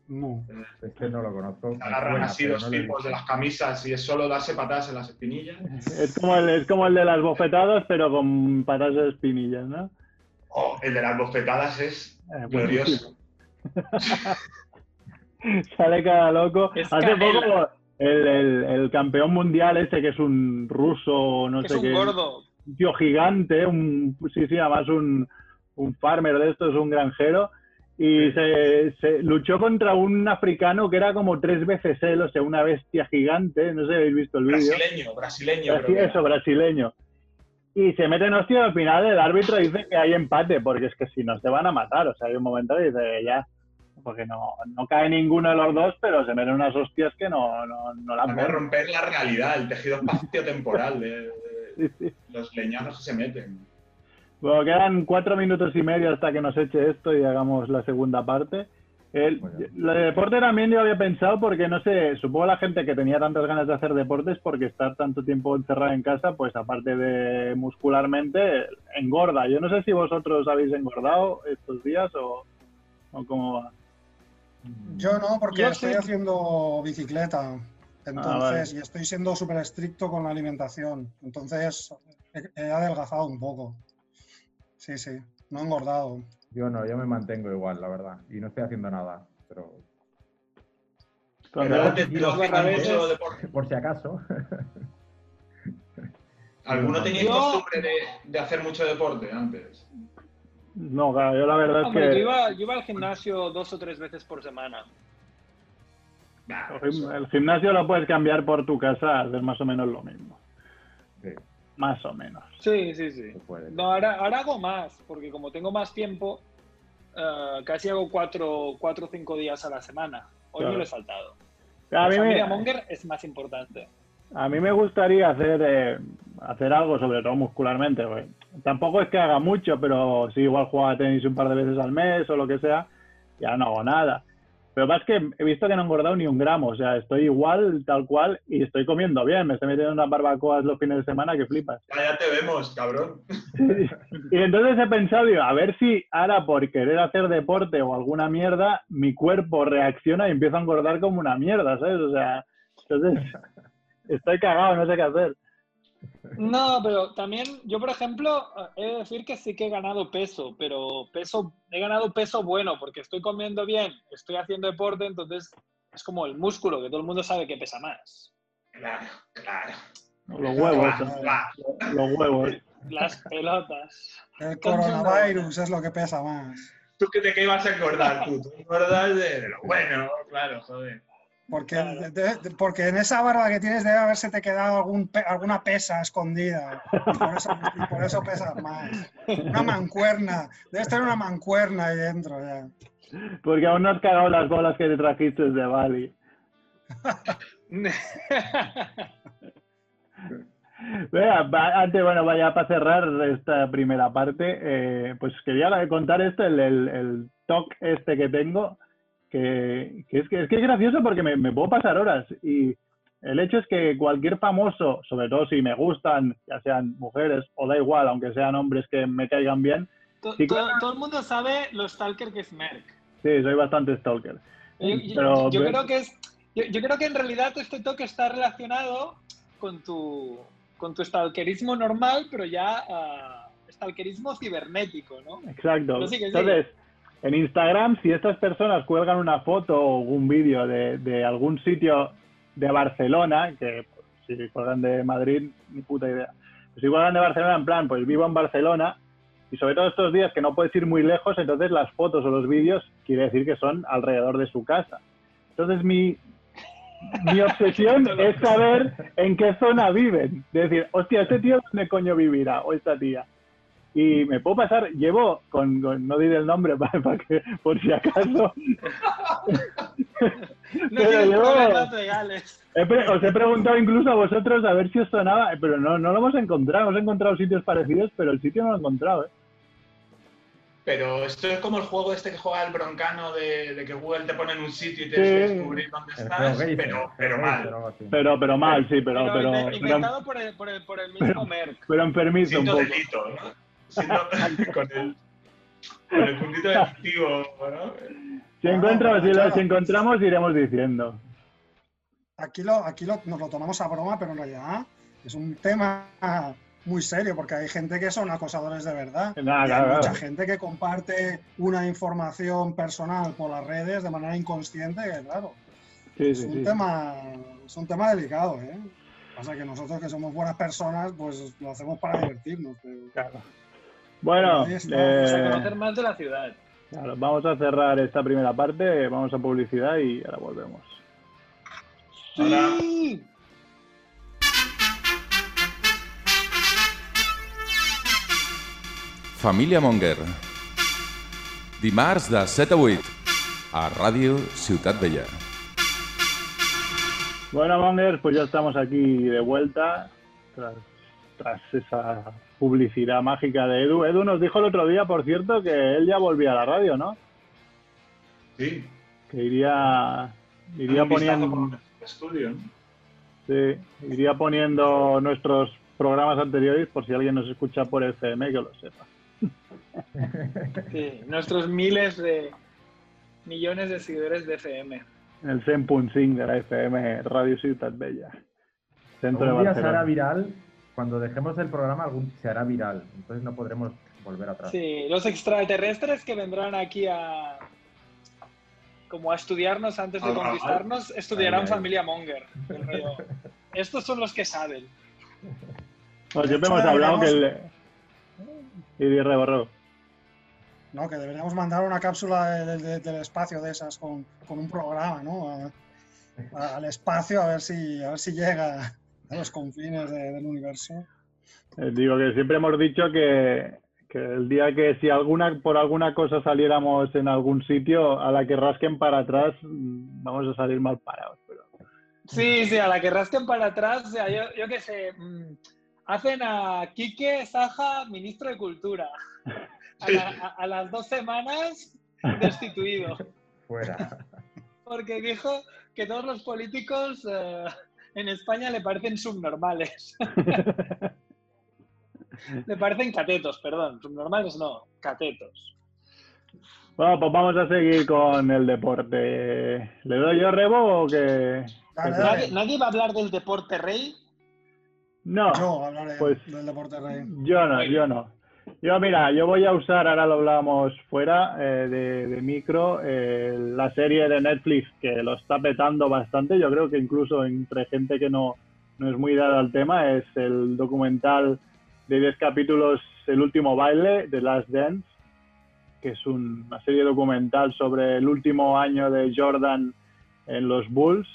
No. Este no lo conozco. Se agarran así pero dos no lo he tipos visto. de las camisas y es solo darse patadas en las espinillas. Es como el de las bofetadas, pero con patas de espinillas, ¿no? Oh, el de las bofetadas es Buenísimo. glorioso. Sale cada loco. Es Hace canela. poco el campeón mundial ese, que es un ruso, no Que sé es un qué. gordo. Un tío gigante, sí, además un farmer de estos, un granjero. Y se luchó contra un africano que era como 3 veces él, o sea, una bestia gigante. No sé si habéis visto el vídeo. Brasileño. Creo que Eso, era. brasileño. Y se meten hostia, al final el árbitro dice que hay empate, porque es que si no se van a matar. O sea, hay un momento que dice ya, porque no cae ninguno de los dos, pero se meten unas hostias que no la Van a ponen. romper la realidad, el tejido espacio-temporal de Sí, sí. los leñanos que se meten. Bueno, quedan 4 minutos y medio hasta que nos eche esto y hagamos la segunda parte. Lo de deporte también yo había pensado porque, no sé, supongo la gente que tenía tantas ganas de hacer deportes porque estar tanto tiempo encerrado en casa, pues aparte de muscularmente, engorda. Yo no sé si vosotros habéis engordado estos días o cómo va. Yo no, porque Yo estoy sí. haciendo bicicleta. Entonces, vale. y estoy siendo súper estricto con la alimentación. Entonces, he adelgazado un poco. Sí, no he engordado. Yo no, yo me mantengo igual, la verdad. Y no estoy haciendo nada, pero Pero Entonces, antes no hacían mucho deporte. por si acaso. ¿Alguno tenía Yo- costumbre de hacer mucho deporte antes? no, claro, yo la verdad es Hombre, que yo iba al gimnasio 2 o 3 veces por semana. Nah, el gimnasio lo puedes cambiar por tu casa, hacer más o menos lo mismo. Sí, Más o menos. Sí. se puede. No, ahora hago más, porque como tengo más tiempo, casi hago 4 o 5 días a la semana. Hoy Claro. me lo he saltado. A La mí familia me, Monger es más importante. A mí me gustaría hacer algo, sobre todo muscularmente, güey. Tampoco es que haga mucho, pero sí, igual juego a tenis un par de veces al mes o lo que sea, ya no hago nada. Pero más que he visto que no he engordado ni 1 gramo, o sea, estoy igual, tal cual, y estoy comiendo bien. Me estoy metiendo unas barbacoas los fines de semana que flipas. ya te vemos, cabrón. Y entonces he pensado, digo, a ver si ahora por querer hacer deporte o alguna mierda, mi cuerpo reacciona y empiezo a engordar como una mierda, ¿sabes? O sea, entonces estoy cagado, no sé qué hacer. No, pero también yo, por ejemplo, he de decir que sí que he ganado peso, pero he ganado peso bueno porque estoy comiendo bien, estoy haciendo deporte, entonces es como el músculo, que todo el mundo sabe que pesa más. Claro. Los huevos, los huevos. Las pelotas. El coronavirus es lo que pesa más. ¿Tú de qué ibas a engordar, tú? Tú engordas de lo bueno, claro, joder. Porque, Claro. porque en esa barba que tienes debe haberse te quedado alguna pesa escondida. Y por eso pesas más. Una mancuerna. Debes tener una mancuerna ahí dentro ya. Porque aún no has cagado las bolas que te trajiste de Bali. Vea, antes, bueno, vaya para cerrar esta primera parte, pues quería contar el talk que tengo, que es gracioso porque me puedo pasar horas y el hecho es que cualquier famoso, sobre todo si me gustan, ya sean mujeres o da igual, aunque sean hombres que me caigan bien, sí, Todo el mundo sabe lo stalker que es Merck. sí, soy bastante stalker. Yo creo que yo creo que en realidad este toque está relacionado con tu stalkerismo normal, pero ya stalkerismo cibernético, ¿no? Exacto. Pero sigue. Entonces, en Instagram, si estas personas cuelgan una foto o un vídeo de algún sitio de Barcelona, que pues, si cuelgan de Madrid, ni puta idea. Pues si cuelgan de Barcelona, en plan, pues vivo en Barcelona, y sobre todo estos días que no puedes ir muy lejos, entonces las fotos o los vídeos quiere decir que son alrededor de su casa. Entonces mi obsesión es saber en qué zona viven. Es decir, hostia, ¿este tío dónde coño vivirá? O esta tía. Y me puedo pasar, llevo, no diré el nombre por si acaso. No Pero tienes llevo- problemas legales. Os he preguntado incluso a vosotros a ver si os sonaba, pero no lo hemos encontrado. Hemos encontrado sitios parecidos, pero el sitio no lo he encontrado, ¿eh? Pero esto es como el juego este que juega el broncano de que Google te pone en un sitio y tienes que descubrir dónde estás, pero mal. Pero mal, sí, pero Inventado por el mismo Merck. enfermizo un Siendo poco. delito, ¿no? Siendo con el... Con el puntito de activo, ¿no? Si encontramos, iremos diciendo. Aquí nos lo tomamos a broma, pero en realidad es un tema muy serio, porque hay gente que son acosadores de verdad. Hay mucha gente que comparte una información personal por las redes de manera inconsciente, que claro, es un tema delicado, ¿eh? Pasa que nosotros, que somos buenas personas, pues lo hacemos para divertirnos. Pero... Claro. Bueno, conocer más de la ciudad. Claro, vamos a cerrar esta primera parte, vamos a publicidad y ahora volvemos. Sí. Família Monger. Dimarts de 7 a 8 a Ràdio Ciutat Vella. Bueno, Mongers, pues ya estamos aquí de vuelta tras esa publicidad mágica de Edu. Edu nos dijo el otro día, por cierto, que él ya volvía a la radio, ¿no? Sí. Que iría poniendo... Estudio, ¿no? Sí, iría poniendo nuestros programas anteriores por si alguien nos escucha por FM, que lo sepa. Sí, nuestros millones de seguidores de FM. El 100.5 de la FM, Radio Ciutat Vella. Centro de Barcelona. Se hará viral, cuando dejemos el programa se hará viral, entonces no podremos volver atrás. Sí, los extraterrestres que vendrán aquí a estudiarnos antes de conquistarnos, estudiarán Familia Monger. Estos son los que saben. Pues siempre hemos hablado que y reborró. No, que deberíamos mandar una cápsula del espacio de esas con un programa, ¿no? Al espacio, a ver si llega a los confines del universo. Digo que siempre hemos dicho que el día que si por alguna cosa saliéramos en algún sitio, a la que rasquen para atrás, vamos a salir mal parados. Pero... Sí, a la que rasquen para atrás, o sea, yo qué sé, hacen a Quique Saja ministro de Cultura. A las 2 semanas, destituido. Fuera. Porque dijo que todos los políticos en España le parecen subnormales. Le parecen catetos, perdón. Subnormales no, catetos. Bueno, pues vamos a seguir con el deporte. ¿Le doy yo rebo o qué? ¿Nadie va a hablar del deporte rey? No. Yo hablaré del deporte rey. Yo no. Yo voy a usar, ahora lo hablamos fuera de micro, la serie de Netflix que lo está petando bastante. Yo creo que incluso entre gente que no es muy dada al tema, es el documental de 10 capítulos, El último baile, The Last Dance, que es una serie documental sobre el último año de Jordan en los Bulls.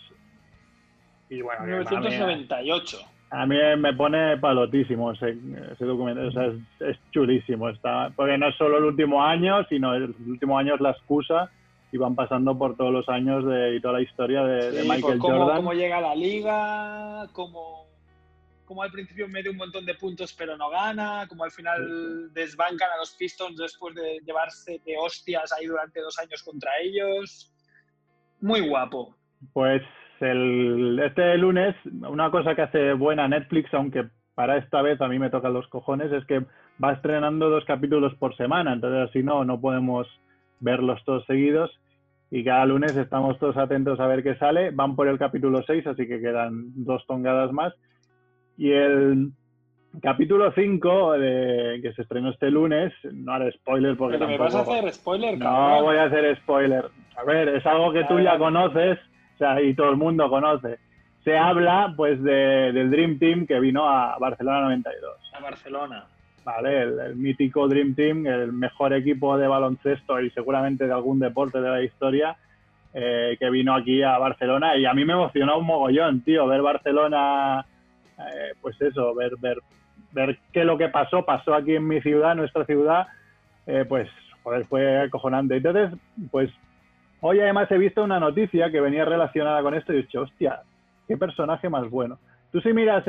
Y bueno, 1998. A mí me pone palotísimo ese documental, o sea, es chulísimo. Porque no es solo el último año, sino el último año es la excusa y van pasando por todos los años y toda la historia de Michael Jordan. Cómo llega a la liga, cómo al principio mete un montón de puntos pero no gana, cómo al final desbancan a los Pistons después de llevarse de hostias ahí durante 2 años contra ellos. Muy guapo. Pues este lunes, una cosa que hace buena Netflix, aunque para esta vez a mí me tocan los cojones, es que va estrenando 2 capítulos por semana, entonces así no podemos verlos todos seguidos y cada lunes estamos todos atentos a ver qué sale. Van por el capítulo 6, así que quedan 2 tongadas más. Y el capítulo 5, que se estrenó este lunes, no haré spoiler porque ¿Pero tampoco... me vas a hacer spoiler, cabrón? No voy a hacer spoiler. A ver, es algo que tú ya conoces, o sea, y todo el mundo conoce. Se habla, pues, del Dream Team que vino a Barcelona 92. A Barcelona. Vale, el mítico Dream Team, el mejor equipo de baloncesto y seguramente de algún deporte de la historia, que vino aquí a Barcelona. Y a mí me emocionó un mogollón, tío, ver Barcelona... pues eso, ver que lo que pasó aquí en mi ciudad, nuestra ciudad, pues joder, fue acojonante. Entonces, pues hoy además he visto una noticia que venía relacionada con esto y he dicho, hostia, qué personaje más bueno. Tú si miras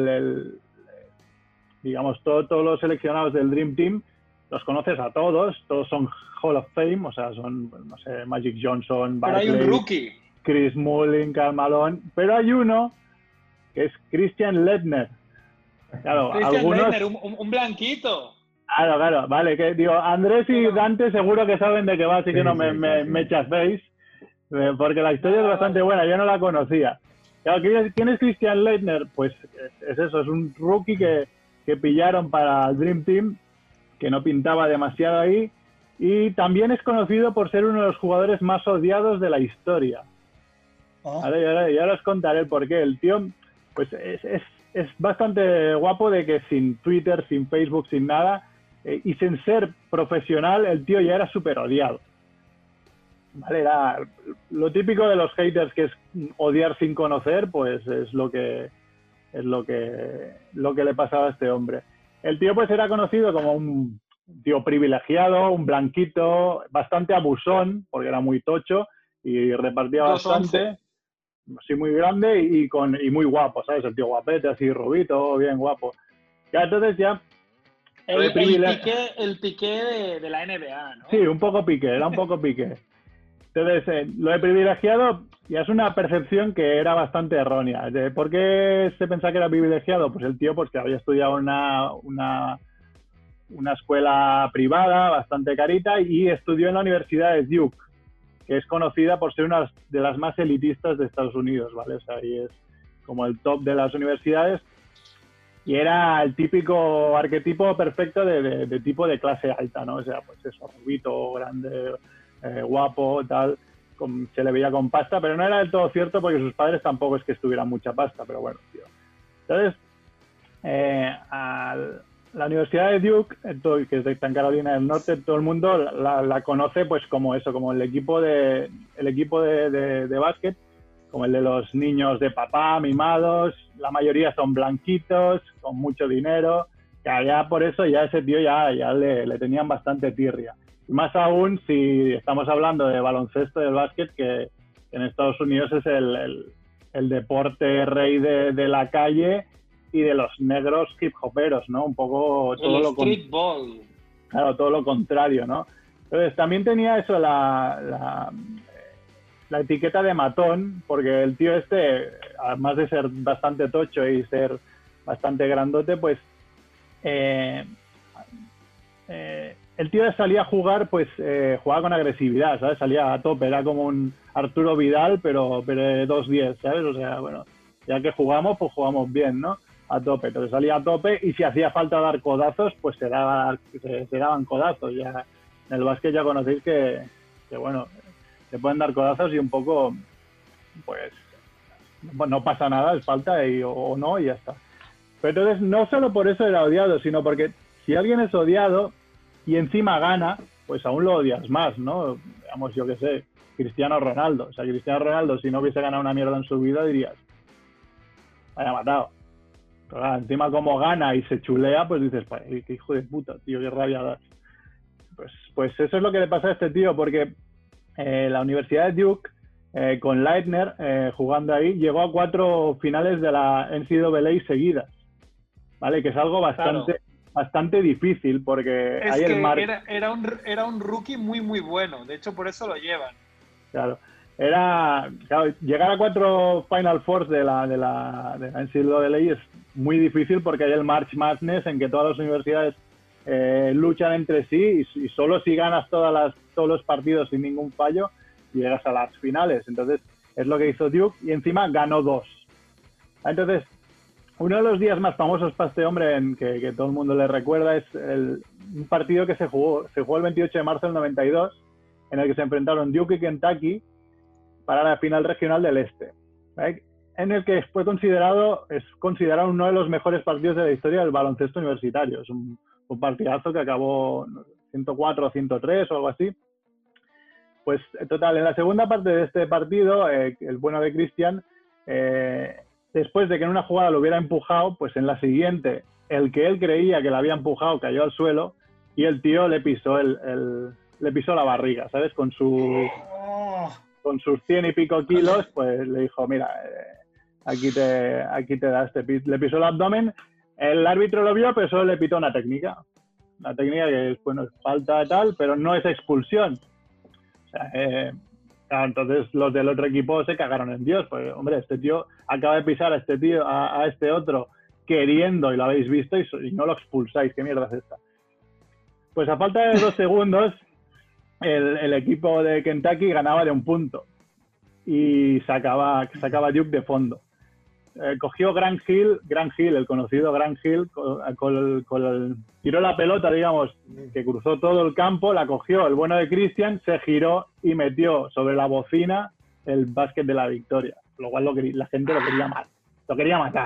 digamos, todos los seleccionados del Dream Team, los conoces a todos son Hall of Fame, o sea, son, no sé, Magic Johnson, Barkley, pero hay un rookie. Chris Mullin, Karl Malone, pero hay uno que es Christian Laettner. Claro, Christian Laettner, un blanquito. Claro, vale, que digo, Andrés y Dante seguro que saben de qué va, así que Sí, no sí, me sí. chaféis, porque la historia es bastante buena, yo no la conocía. Claro, ¿quién es Christian Leitner? Pues es eso, es un rookie que pillaron para el Dream Team, que no pintaba demasiado ahí, y también es conocido por ser uno de los jugadores más odiados de la historia. Ahora, ya os contaré el porqué. El tío, pues es bastante guapo de que sin Twitter, sin Facebook, sin nada, y sin ser profesional, el tío ya era súper odiado. ¿Vale? Era lo típico de los haters, que es odiar sin conocer, pues es lo que le pasaba a este hombre. El tío pues era conocido como un tío privilegiado, un blanquito, bastante abusón, porque era muy tocho y repartía 2'11". bastante. Sí, muy grande y muy guapo, ¿sabes? El tío guapete, así rubito, bien guapo. Ya, entonces ya... El piqué de la NBA, ¿no? Sí, un poco piqué, era un poco piqué. Entonces, lo de privilegiado ya es una percepción que era bastante errónea. ¿Por qué se pensaba que era privilegiado? Pues el tío, pues que había estudiado una escuela privada bastante carita y estudió en la Universidad de Duke, que es conocida por ser una de las más elitistas de Estados Unidos, ¿vale? O sea, ahí es como el top de las universidades. Y era el típico arquetipo perfecto de tipo de clase alta, ¿no? O sea, pues eso, rubito, grande, guapo, tal, se le veía con pasta, pero no era del todo cierto porque sus padres tampoco es que estuvieran mucha pasta, pero bueno, tío. Entonces, la Universidad de Duke, que es de Carolina del Norte, todo el mundo la conoce pues como eso, como el equipo de básquet, como el de los niños de papá, mimados, la mayoría son blanquitos, con mucho dinero, que ya por eso ya ese tío ya le tenían bastante tirria. Y más aún si estamos hablando de baloncesto, del básquet, que en Estados Unidos es el deporte rey de la calle y de los negros hip hoperos, ¿no? Un poco todo el streetball. Claro, todo lo contrario, ¿no? Entonces también tenía eso la etiqueta de matón, porque el tío este, además de ser bastante tocho y ser bastante grandote, pues el tío salía a jugar, pues jugaba con agresividad, ¿sabes? Salía a tope, era como un Arturo Vidal, pero de 2'10", ¿sabes? O sea, bueno, ya que jugamos, pues jugamos bien, ¿no? A tope, entonces salía a tope y si hacía falta dar codazos, pues se daban codazos. Ya en el básquet ya conocéis que bueno, se pueden dar codazos y un poco, pues, no pasa nada, es falta o no y ya está. Pero entonces no solo por eso era odiado, sino porque si alguien es odiado y encima gana, pues aún lo odias más, ¿no? Digamos, yo qué sé, Cristiano Ronaldo. O sea, Cristiano Ronaldo, si no hubiese ganado una mierda en su vida, dirías, vaya matado. Pero claro, encima como gana y se chulea, pues dices, qué hijo de puta, tío, qué rabia das. Pues eso es lo que le pasa a este tío, porque la Universidad de Duke, con Leitner jugando ahí, llegó a 4 finales de la NCAA seguidas, ¿vale? Que es algo bastante difícil, porque es hay que era un rookie muy, muy bueno. De hecho, por eso lo llevan. Claro. Claro, llegar a 4 Final Fours de la NCAA es muy difícil porque hay el March Madness en que todas las universidades luchan entre sí y solo si ganas todos los partidos sin ningún fallo llegas a las finales. Entonces es lo que hizo Duke y encima ganó 2. Entonces uno de los días más famosos para este hombre que todo el mundo le recuerda es un partido que se jugó el 28 de marzo del 92 en el que se enfrentaron Duke y Kentucky para la final regional del Este, ¿vale? En el que es considerado uno de los mejores partidos de la historia del baloncesto universitario. Es un partidazo que acabó 104 o 103 o algo así. Pues total, en la segunda parte de este partido, el bueno de Christian, después de que en una jugada lo hubiera empujado, pues en la siguiente, el que él creía que lo había empujado cayó al suelo y el tío le pisó le pisó la barriga, ¿sabes? Con sus 100 y pico kilos, pues le dijo, mira, aquí te da le pisó el abdomen. El árbitro lo vio, pero solo le pitó una técnica que es, bueno, falta tal, pero no es expulsión. O sea, entonces los del otro equipo se cagaron en Dios, pues hombre, este tío acaba de pisar a este tío, a este otro, queriendo, y lo habéis visto, y no lo expulsáis, ¿qué mierda es esta? Pues a falta de 2 segundos, el equipo de Kentucky ganaba de 1 punto y sacaba Duke de fondo. Cogió Grant Hill, el conocido Grant Hill, tiró la pelota, digamos, que cruzó todo el campo, la cogió el bueno de Christian, se giró y metió sobre la bocina el básquet de la victoria. Lo cual la gente lo quería matar. Lo quería matar.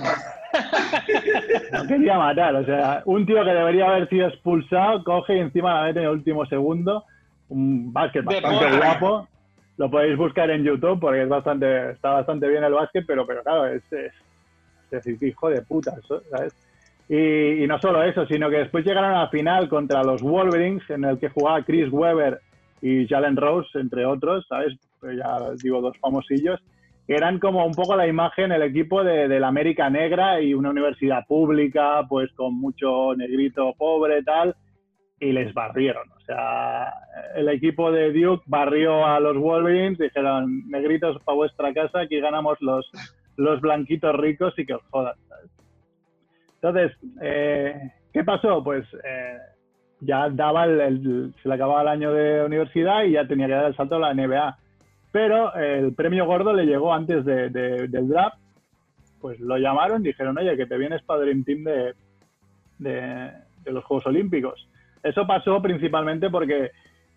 Lo quería matar. O sea, un tío que debería haber sido expulsado, coge y encima la mete en el último segundo. Un básquet bastante guapo. Lo podéis buscar en YouTube porque está bastante bien el básquet, pero claro, es hijo de puta, ¿sabes? Y no solo eso, sino que después llegaron a la final contra los Wolverines, en el que jugaba Chris Webber y Jalen Rose, entre otros, ¿sabes? Pues ya digo, 2 famosillos, que eran como un poco la imagen, el equipo de la América negra y una universidad pública, pues con mucho negrito pobre y tal, y les barrieron. O sea, el equipo de Duke barrió a los Wolverines, dijeron, negritos para vuestra casa, aquí ganamos los blanquitos ricos y que os jodan, ¿sabes? Entonces, ¿qué pasó? Pues ya daba se le acababa el año de universidad y ya tenía que dar el salto a la NBA. Pero el premio gordo le llegó antes del draft. Pues lo llamaron y dijeron, oye, que te vienes para Dream Team de los Juegos Olímpicos. Eso pasó principalmente porque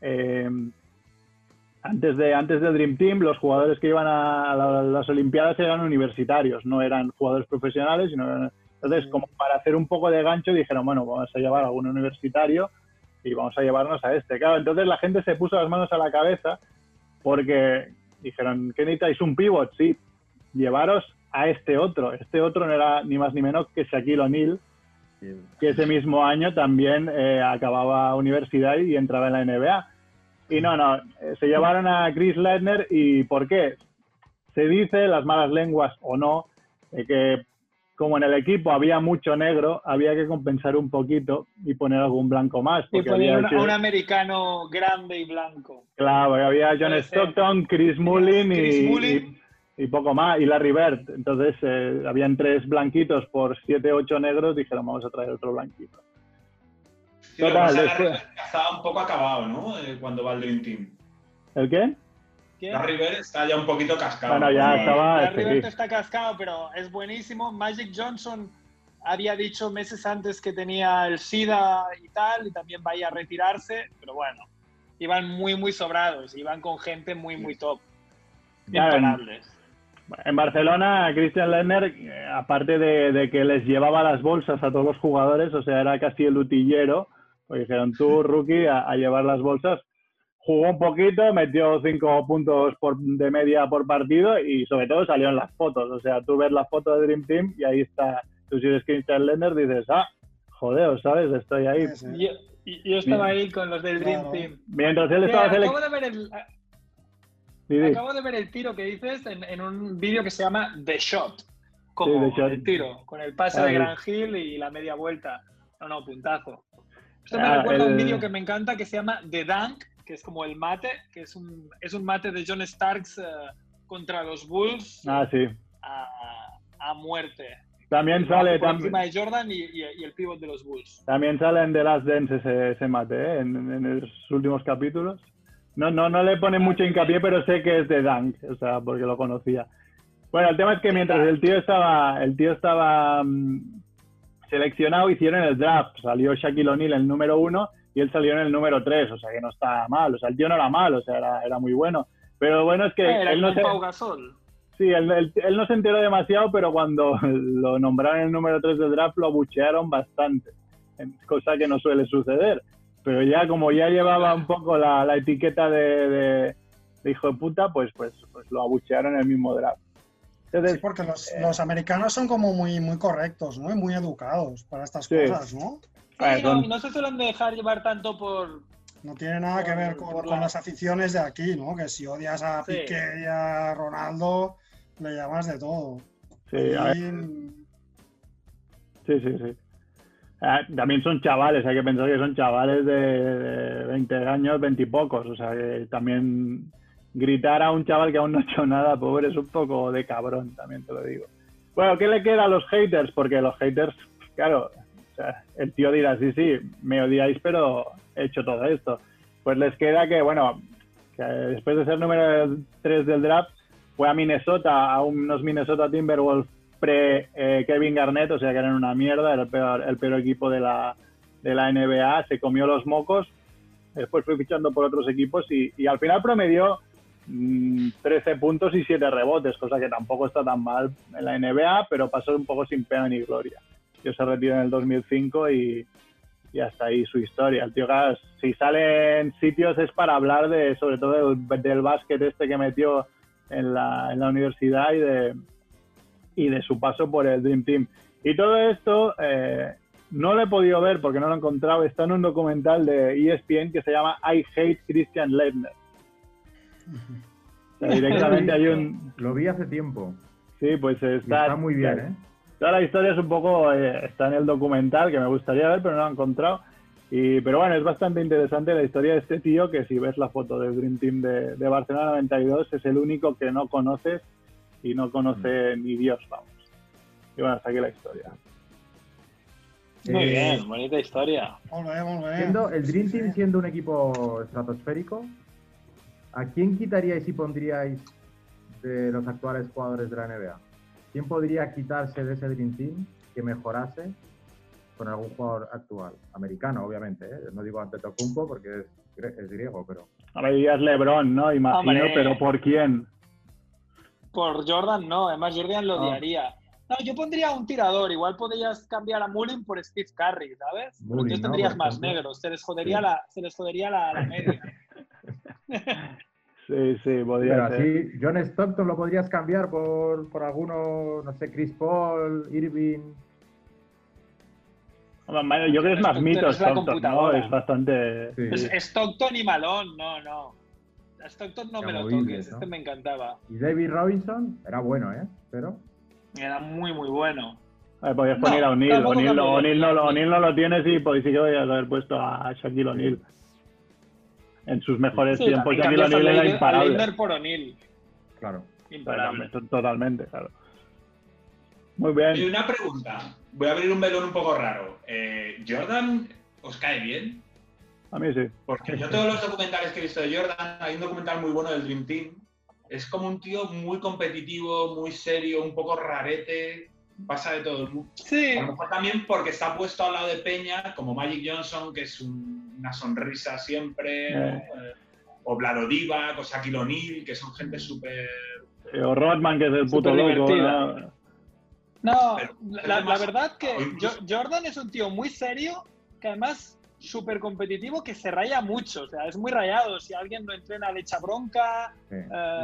antes del Dream Team los jugadores que iban a las Olimpiadas eran universitarios, no eran jugadores profesionales, entonces como para hacer un poco de gancho dijeron, bueno, vamos a llevar a algún universitario y vamos a llevarnos a este. Claro, entonces la gente se puso las manos a la cabeza porque dijeron, ¿qué necesitáis? ¿Un pivot? Sí, llevaros a este otro. Este otro no era ni más ni menos que Shaquille O'Neal, que ese mismo año también acababa universidad y entraba en la NBA. Y se llevaron a Chris Ledner. ¿Y por qué? Se dice, las malas lenguas o no, que como en el equipo había mucho negro, había que compensar un poquito y poner algún blanco más. Y poner un americano grande y blanco. Claro, había John Stockton, Chris Mullin y poco más, y Larry Bird. Entonces, habían 3 blanquitos por 7, 8 negros, dijeron, vamos a traer otro blanquito. Sí, total, estaba un poco acabado, ¿no? Cuando va el Dream Team. ¿El qué? Larry Bird está ya un poquito cascado. Bueno, ya estaba... Larry Bird está cascado, pero es buenísimo. Magic Johnson había dicho meses antes que tenía el SIDA y tal, y también vaya a retirarse, pero bueno, iban muy, muy sobrados, iban con gente muy, muy top. Imparables. En Barcelona, Christian Ledner, aparte de que les llevaba las bolsas a todos los jugadores, o sea, era casi el utillero, pues dijeron, tú, rookie, a llevar las bolsas. Jugó un poquito, metió 5 puntos de media por partido y sobre todo salió en las fotos. O sea, tú ves la foto de Dream Team y ahí está. Tú si eres Christian Ledner dices, joder, ¿sabes? Estoy ahí. Yo estaba ahí con los del Dream Team. Mientras él estaba Acabo de ver el tiro que dices en un vídeo que se llama The Shot. Como The Shot. el tiro, con el pase de Grant Hill y la media vuelta. No, puntazo. Esto me recuerda a un vídeo que me encanta que se llama The Dunk, que es como el mate, que es un mate de John Starks contra los Bulls. Sí. A muerte. También sale encima de Jordan y el pívot de los Bulls. También sale en The Last Dance ese mate, en los últimos capítulos. No le pone mucho hincapié, pero sé que es de Dunk, o sea, porque lo conocía. Bueno, el tema es que mientras el tío estaba seleccionado, hicieron el draft. Salió Shaquille O'Neal el número 1 y él salió en el número 3, o sea que no está mal. O sea, el tío no era mal, o sea, era muy bueno. Pero lo bueno es que él no Pau Gasol. Sí, él no se enteró demasiado, pero cuando lo nombraron en el número 3 del draft lo abuchearon bastante, cosa que no suele suceder. Pero ya como ya llevaba un poco la etiqueta de hijo de puta, pues lo abuchearon en el mismo draft. Entonces, sí, porque los americanos son como muy, muy correctos, ¿no? Y muy educados para estas cosas, ¿no? Sí, no se suelen dejar llevar tanto por... No tiene nada que ver con las aficiones de aquí, ¿no? Que si odias a Piqué y a Ronaldo, le llamas de todo. Sí, sí. También son chavales, hay que pensar que son chavales de 20 años, 20 y pocos. O sea, que también gritar a un chaval que aún no ha hecho nada, pobre, es un poco de cabrón, también te lo digo. Bueno, ¿qué le queda a los haters? Porque los haters, claro, O sea, el tío dirá, sí, me odiáis, pero he hecho todo esto. Pues les queda que, bueno, que después de ser número 3 del draft, fue a Minnesota, a unos Minnesota Timberwolves pre-Kevin Garnett, o sea que eran una mierda, era el peor equipo de la NBA, se comió los mocos, después fue fichando por otros equipos y al final promedió 13 puntos y 7 rebotes, cosa que tampoco está tan mal en la NBA, pero pasó un poco sin pena ni gloria. Yo se retiró en el 2005 y hasta ahí su historia. El tío, claro, si sale en sitios es para hablar sobre todo del básquet que metió en la universidad y de su paso por el Dream Team. Y todo esto no lo he podido ver porque no lo he encontrado. Está en un documental de ESPN que se llama I Hate Christian Laettner. O sea, directamente hay un... Lo vi hace tiempo. Sí, pues está muy bien, ¿eh? Toda la historia es un poco... está en el documental, que me gustaría ver, pero no lo he encontrado. Pero bueno, es bastante interesante la historia de este tío, que si ves la foto del Dream Team de Barcelona 92, es el único que no conoces y no conoce ni Dios, vamos. Y bueno, hasta aquí la historia. Muy bien, bonita historia. Muy bien. Siendo el Dream Team siendo un equipo estratosférico, ¿a quién quitaríais y pondríais de los actuales jugadores de la NBA? ¿Quién podría quitarse de ese Dream Team que mejorase con algún jugador actual? Americano, obviamente, ¿eh? No digo Antetokounmpo porque es griego, pero... Ahora dirías LeBron, ¿no? Imagino, Hombre. pero ¿por quién? Por Jordan no, además Jordan lo odiaría. No, yo pondría un tirador, igual podrías cambiar a Mullin por Steve Curry, ¿sabes? Pero Mullin, entonces ¿no? tendrías Por más ejemplo. negros, se les jodería la media. Sí, podría Pero ser. así, John Stockton lo podrías cambiar por alguno, no sé, Chris Paul, Irving... Hombre, yo creo que es más Stockton mito es la Stockton, ¿no? computadora. Es bastante... Sí. Es Stockton y Malone, no. A Stockton no me lo Inamovibles, toques, ¿no? este me encantaba. Y David Robinson era bueno, ¿eh? Pero... Era muy, muy bueno. Podías No, poner a O'Neal. tampoco O'Neal no lo tienes y pues sí que podías haber puesto a Shaquille O'Neal. En sus mejores Sí, tiempos, también Shaquille cambias O'Neal era a imparable. Leitner por O'Neal. Claro. Imparable. Totalmente, claro. Muy Y bien. una pregunta. Voy a abrir un melón un poco raro. ¿Jordan os cae bien? A mí sí. Porque yo todos los documentales que he visto de Jordan, hay un documental muy bueno del Dream Team. Es como un tío muy competitivo, muy serio, un poco rarete, pasa de todo el mundo. Sí. A lo mejor también porque está puesto al lado de Peña, como Magic Johnson, que es una sonrisa siempre, ¿no? O Vlado Divac, o Shaquille O'Neal, que son gente súper... O Rodman, que es el puto loco. Superdivertida. ¿no? No, Pero- la además- verdad que o incluso- Jordan es un tío muy serio, que además súper competitivo, que se raya mucho, o sea, es muy rayado. Si alguien no entrena le echa bronca, Sí.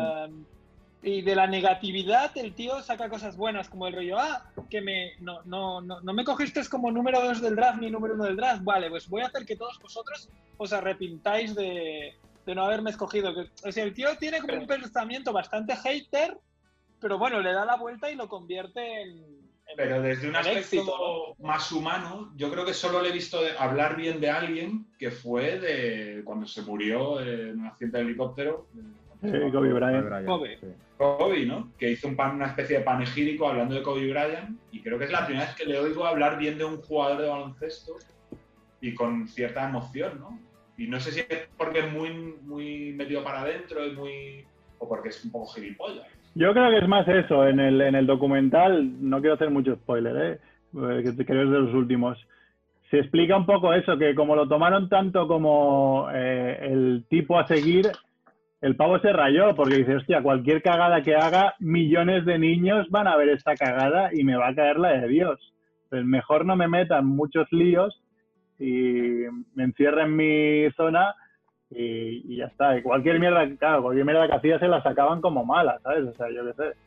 y de la negatividad el tío saca cosas buenas, como el rollo, que no me cogiste como número 2 del draft ni número 1 del draft, vale, pues voy a hacer que todos vosotros os arrepintáis de no haberme escogido. O sea, el tío tiene como un pensamiento bastante hater, pero bueno, le da la vuelta y lo convierte en Pero desde un en aspecto éxito, más humano, yo creo que solo le he visto hablar bien de alguien que fue de cuando se murió en un accidente de helicóptero. Sí, Kobe Bryant. Kobe. Sí. Kobe, ¿no? Que hizo una especie de panegírico hablando de Kobe Bryant, y creo que es la primera vez que le oigo hablar bien de un jugador de baloncesto y con cierta emoción, ¿no? Y no sé si es porque es muy metido para adentro o porque es un poco gilipollas. Yo creo que es más eso. En el documental, no quiero hacer mucho spoiler, que creo es de los últimos. Se explica un poco eso, que como lo tomaron tanto como el tipo a seguir, el pavo se rayó, porque dice, hostia, cualquier cagada que haga, millones de niños van a ver esta cagada y me va a caer la de Dios. Pues mejor no me metan muchos líos y me encierro en mi zona y ya está. Y cualquier mierda que hacía se la sacaban como mala, ¿sabes? O sea, yo qué sé.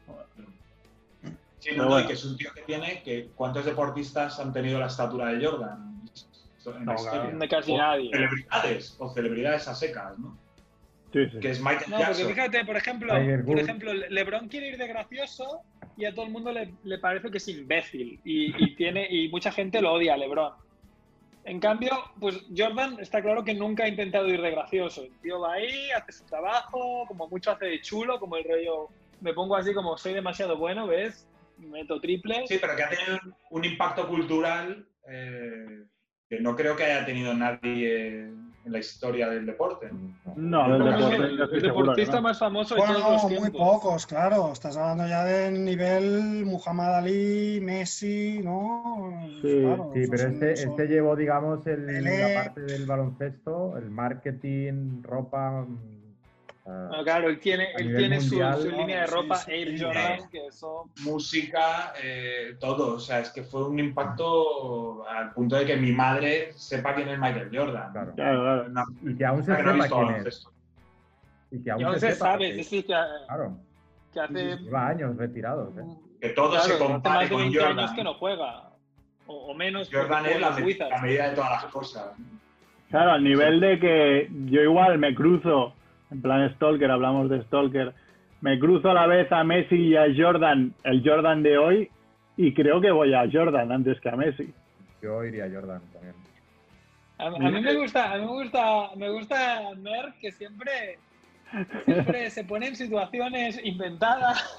Sí, Pero no, bueno. y que es un tío que tiene ¿cuántos deportistas han tenido la estatura de Jordan en la historia? de casi nadie. Celebridades a secas, ¿no? Sí, sí. Que es Michael No, porque Jackson. fíjate, por Tiger Woods. ejemplo, LeBron quiere ir de gracioso y a todo el mundo le parece que es imbécil y mucha gente lo odia a LeBron. En cambio, pues Jordan está claro que nunca ha intentado ir de gracioso. El tío va ahí, hace su trabajo, como mucho hace de chulo, como el rollo, me pongo así como soy demasiado bueno, ¿ves? Meto triples. Sí, pero que ha tenido un impacto cultural que no creo que haya tenido nadie en la historia del deporte. No, del deporte. yo estoy El seguro deportista que no. más famoso de todos los Bueno, tiempos. muy pocos, claro. Estás hablando ya del nivel Muhammad Ali, Messi, ¿no? Sí. Claro, Sí, pero son- este llevó, digamos, Pelé. la parte del baloncesto, el marketing, ropa. No, claro, él tiene nivel su mundial, línea de sí, ropa sí, Air sí. Jordan, que eso... Música, todo. O sea, es que fue un impacto al punto de que mi madre sepa quién es Michael Jordan. Claro. Claro. Una Y que aún se persona que no ha sepa visto quién es. baloncesto. Y que Y aún aún se se sepa. sabe, porque, es decir, claro, que hace... lleva años retirados. Que todo Claro, se hace compare más de con 20 Jordan. años que no juega. O menos. Jordan porque es juega los Wizards. la medida de todas las cosas. Claro, al nivel de que yo igual me cruzo, en plan Stalker, hablamos de Stalker, me cruzo a la vez a Messi y a Jordan, el Jordan de hoy, y creo que voy a Jordan antes que a Messi. Yo iría a Jordan también. A mí me gusta Mer, que siempre se pone en situaciones inventadas.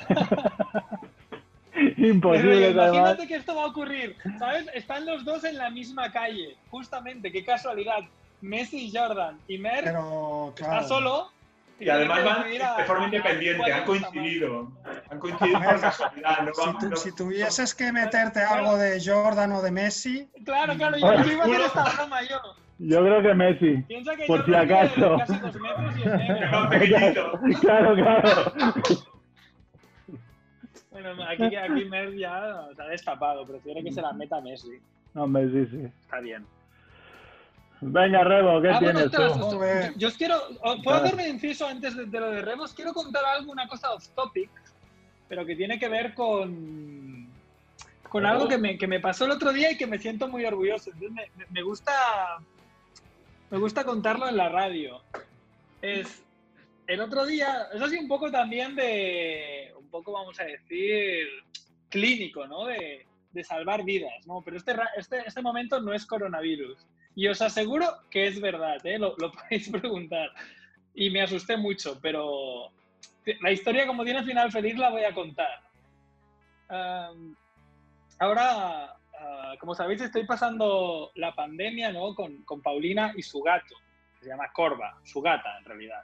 Imposible, además. Imagínate que esto va a ocurrir, ¿sabes? Están los dos en la misma calle, justamente, qué casualidad. Messi y Jordan, y Mer Pero, claro. está solo. Y además tiene que van decidir de forma independiente, han coincidido. Han coincidido por casualidad. No van, Si tuvieses que meterte algo de Jordan o de Messi, Claro, yo iba a hacer esta broma yo. Yo creo que Messi, Piensa que por si Jordan mide acaso. casi 2 metros y es negro. más pequeñito. Claro. Bueno, aquí Mer ya se ha destapado, prefiere que se la meta Messi. Hombre, sí. Está bien. Venga, Rebo, ¿qué tienes ostras, tú? Joder. yo os quiero... ¿Puedo hacerme inciso antes de lo de Rebo? Os quiero contar una cosa off topic, pero que tiene que ver con algo que me pasó el otro día y que me siento muy orgulloso. Entonces me gusta contarlo en la radio. El otro día, es así un poco también vamos a decir, clínico, ¿no? De salvar vidas, ¿no? Pero este momento no es coronavirus. Y os aseguro que es verdad, ¿eh? Lo podéis preguntar. Y me asusté mucho, pero la historia, como tiene final feliz, la voy a contar. Ahora, como sabéis, estoy pasando la pandemia, ¿no? con Paulina y su gato, que se llama Corva, su gata en realidad.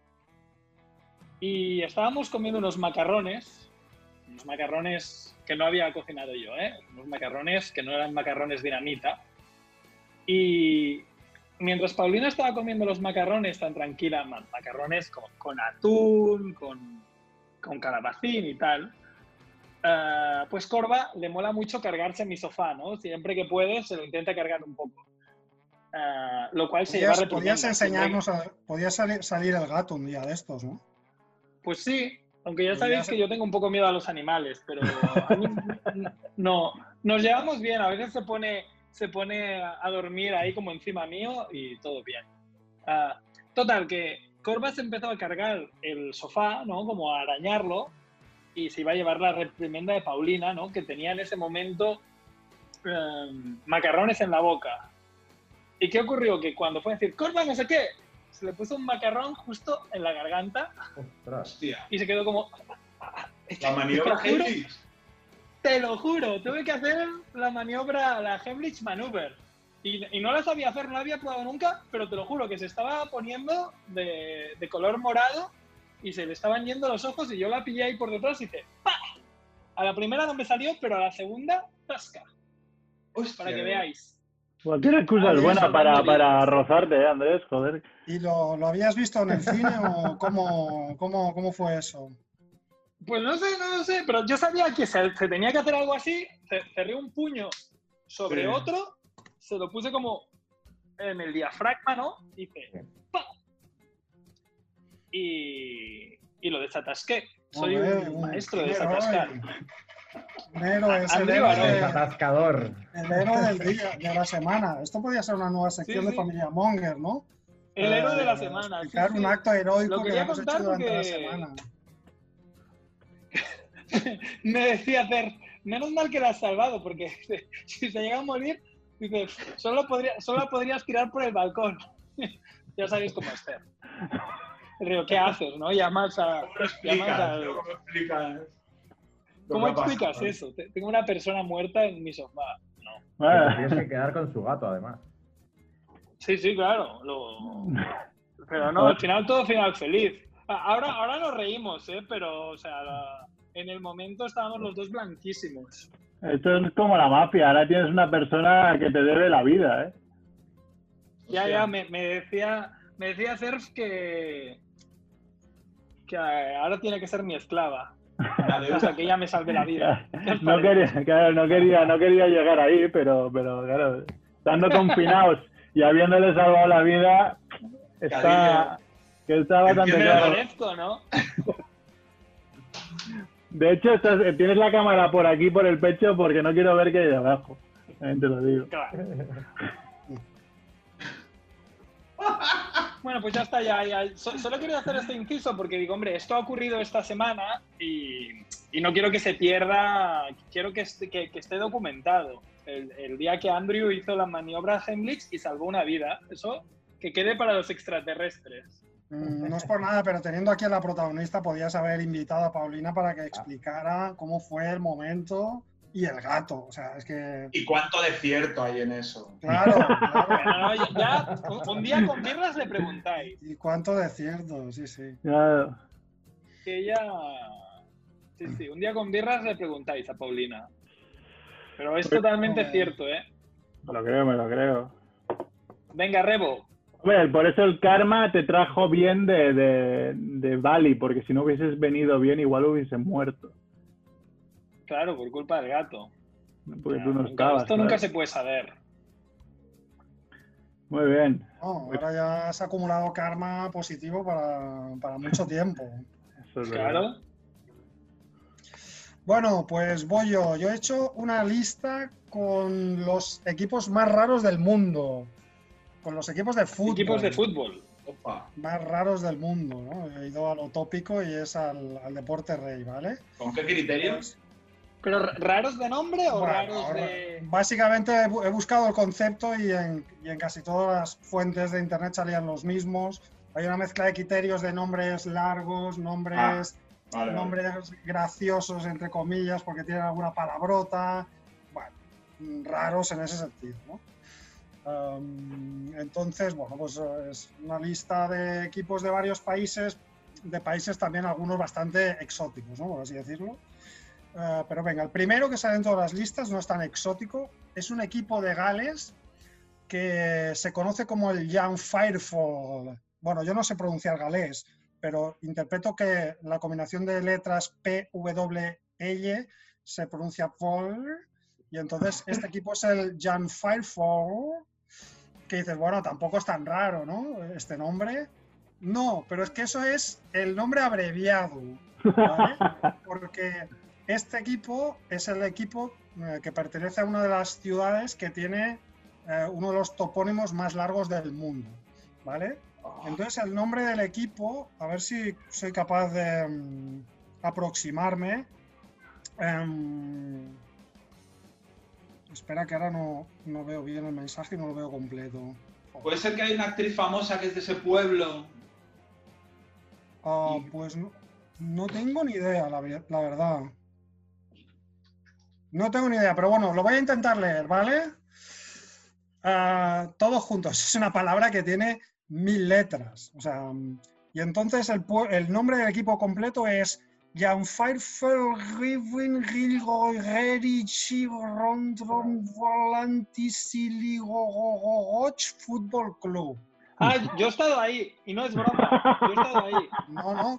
Y estábamos comiendo unos macarrones que no había cocinado yo, unos macarrones que no eran macarrones dinamita. Y mientras Paulina estaba comiendo los macarrones tan tranquila, macarrones con atún, con calabacín y tal, pues Corva le mola mucho cargarse en mi sofá, ¿no? Siempre que puede se lo intenta cargar un poco. Lo cual se lleva repitiendo. Podías enseñarnos, podías salir el gato un día de estos, ¿no? Pues sí, aunque ya sabéis que yo tengo un poco miedo a los animales, pero a mí no. Nos llevamos bien, a veces se pone a dormir ahí como encima mío y todo bien. Total, que Corva se empezó a cargar el sofá, ¿no? Como a arañarlo y se iba a llevar la reprimenda de Paulina, ¿no? Que tenía en ese momento macarrones en la boca. ¿Y qué ocurrió? Que cuando fue a decir, Corva, no sé qué, se le puso un macarrón justo en la garganta. Ostras. Hostia. Y se quedó como... La maniobra Heimlich. Te lo juro, tuve que hacer la maniobra, la Heimlich Maneuver. Y no la sabía hacer, no la había probado nunca, pero te lo juro que se estaba poniendo de color morado y se le estaban yendo los ojos y yo la pillé ahí por detrás y hice ¡pah! A la primera no me salió, pero a la segunda, ¡tasca! Para que veáis. Cualquier excusa es buena para rozarte, Andrés, joder. ¿Y lo habías visto en el cine o cómo fue eso? Pues no sé, pero yo sabía que se tenía que hacer algo así, cerré un puño sobre otro, se lo puse como en el diafragma, ¿no? Hice ¡pah! Y lo desatasqué. Soy un maestro de desatascar. Un héroe, es el Desatascador. El héroe del día, de la semana. Esto podría ser una nueva sección de Familia Monger, ¿no? El héroe de la semana. Explicar un acto heroico que hemos hecho durante porque... la semana. Me decía hacer, menos mal que la has salvado, porque si se llega a morir, dice, solo podrías tirar por el balcón. Ya sabéis cómo es Fer. Digo, ¿qué haces, no? Llamas a... ¿Cómo explicas eso? Tengo una persona muerta en mi sofá. No. Ah. Tienes que quedar con su gato, además. Sí, claro. Pero no, al final todo final feliz. Ahora nos reímos, pero, o sea, en el momento estábamos los dos blanquísimos. Esto es como la mafia, ahora tienes una persona que te debe la vida, ¿eh? Ya, me decía Cerf que ahora tiene que ser mi esclava. Hasta que ella me salve la vida. No quería llegar ahí, pero claro, estando confinados y habiéndole salvado la vida, está bastante claro. Parezco, ¿no? De hecho, tienes la cámara por aquí, por el pecho, porque no quiero ver qué hay debajo. También te lo digo. Claro. Bueno, pues ya está, ya. Solo quería hacer este inciso porque digo, hombre, esto ha ocurrido esta semana y no quiero que se pierda, quiero que esté documentado. El día que Andrew hizo la maniobra Heimlich y salvó una vida. Eso que quede para los extraterrestres. No es por nada, pero teniendo aquí a la protagonista, podías haber invitado a Paulina para que explicara cómo fue el momento y el gato. O sea, es que... ¿Y cuánto de cierto hay en eso? Claro. No, ya un día con birras le preguntáis. ¿Y cuánto de cierto? Sí. Claro. Que ella... Sí, un día con birras le preguntáis a Paulina. Pero es totalmente cierto, ¿eh? Me lo creo. Venga, Rebo. Hombre, por eso el karma te trajo bien de Bali, porque si no hubieses venido bien, igual hubieses muerto. Claro, por culpa del gato. Porque tú no estabas. Esto nunca se puede saber. Muy bien. Ahora ya se ha acumulado karma positivo para mucho tiempo. Eso es claro. verdad. Bueno, pues voy yo. Yo he hecho una lista con los equipos más raros del mundo. Con los equipos de fútbol. Equipos de fútbol. Opa. Más raros del mundo, ¿no? He ido a lo tópico y es al deporte rey, ¿vale? ¿Con qué criterios? ¿Pero raros de nombre o Bueno, raros de...? Básicamente he buscado el concepto y en casi todas las fuentes de internet salían los mismos. Hay una mezcla de criterios de nombres largos, nombres graciosos, entre comillas, porque tienen alguna palabrota. Bueno, raros en ese sentido, ¿no? Entonces, bueno, pues es una lista de equipos de varios países, de países también algunos bastante exóticos, ¿no? Por así decirlo. Pero venga, el primero que sale en todas las listas no es tan exótico, es un equipo de Gales que se conoce como el Young Firefall. Bueno, yo no sé pronunciar galés, pero interpreto que la combinación de letras P-W-L se pronuncia fall, y entonces este equipo es el Young Firefall, que dices, bueno, tampoco es tan raro, ¿no? Este nombre. No, pero es que eso es el nombre abreviado, ¿vale? Porque este equipo es el equipo que pertenece a una de las ciudades que tiene uno de los topónimos más largos del mundo, ¿vale? Entonces el nombre del equipo, a ver si soy capaz de aproximarme. Espera que ahora no veo bien el mensaje y no lo veo completo. ¿Puede ser que hay una actriz famosa que es de ese pueblo? Pues no tengo ni idea, la verdad. No tengo ni idea, pero bueno, lo voy a intentar leer, ¿vale? Todos juntos. Es una palabra que tiene 1000 letras. O sea, y entonces el nombre del equipo completo es Jan Firefall Riven Gilgoreri Chirondron Volantisiligogogoch Fútbol Club. Yo he estado ahí, y no es broma. Yo he estado ahí. No.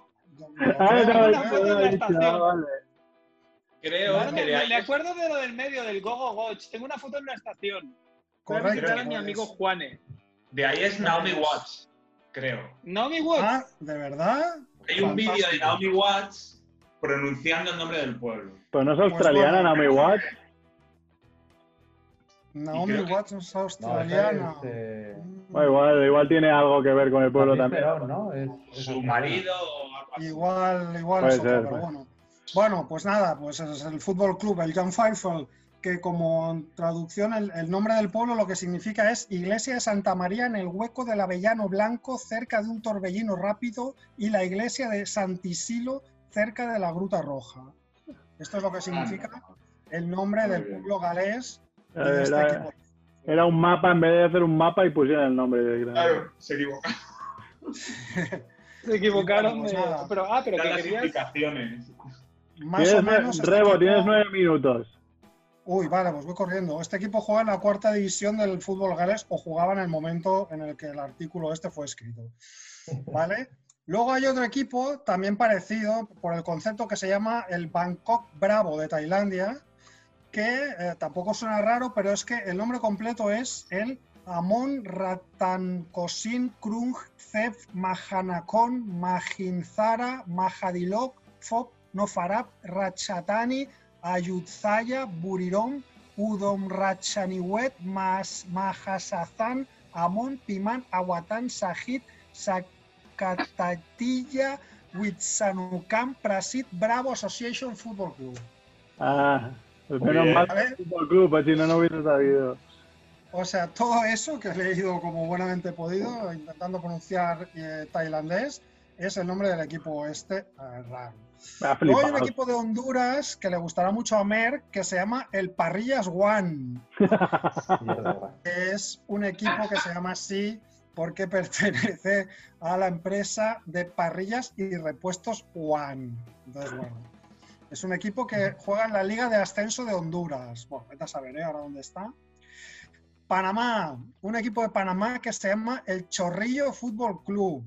Creo que de ahí... Me acuerdo de lo del medio, del Gogo Goch. Tengo una foto en una estación. Correcto. Voy a visitar a mi amigo Juane. De ahí es Naomi Watts, creo. ¿Naomi Watts? ¿De verdad? Hay un vídeo de Naomi Watts pronunciando el nombre del pueblo. Pues no es australiana, Naomi Watts. Naomi Watts no es australiana. Bueno, igual tiene algo que ver con el pueblo también. ¿no? Su marido o algo así. Igual es otro, pero bueno. Bueno, pues nada, pues es el fútbol club, el Young Firefall, que como traducción el nombre del pueblo lo que significa es Iglesia de Santa María en el hueco del Avellano Blanco cerca de un torbellino rápido y la iglesia de Santisilo cerca de la Gruta Roja. Esto es lo que significa el nombre del pueblo galés. Era un mapa, en vez de hacer un mapa y pusieron el nombre de Claro, se equivocaron. Se equivocaron. Pues nada. Pero que Las querías. explicaciones. Más o menos. Rebo, tienes 9 minutos. Uy, vale, pues voy corriendo. Este equipo juega en la 4ª división del fútbol galés o jugaba en el momento en el que el artículo este fue escrito. ¿Vale? Luego hay otro equipo también parecido por el concepto que se llama el Bangkok Bravo de Tailandia, que tampoco suena raro, pero es que el nombre completo es el Amon Ratankosin Krung Cep Mahanakon Mahinzara Mahadilok Fop Nofarab Ratchatani Ayudzaya Burirom Udom Ratchaniwet Mahasazan Amon Piman Awatan Sahit Sakatatilla Witsanukam Prasit Bravo Association Football Club. Menos mal que el Fútbol Club, así no hubiera sabido. O sea, todo eso que he leído como buenamente podido, intentando pronunciar tailandés, es el nombre del equipo raro. Luego hay un equipo de Honduras que le gustará mucho a Mer, que se llama el Parrillas One. Es un equipo que se llama así porque pertenece a la empresa de parrillas y repuestos One. Entonces, bueno, es un equipo que juega en la Liga de Ascenso de Honduras. Bueno, vete a saber ahora dónde está. Panamá, un equipo de Panamá que se llama el Chorrillo Fútbol Club.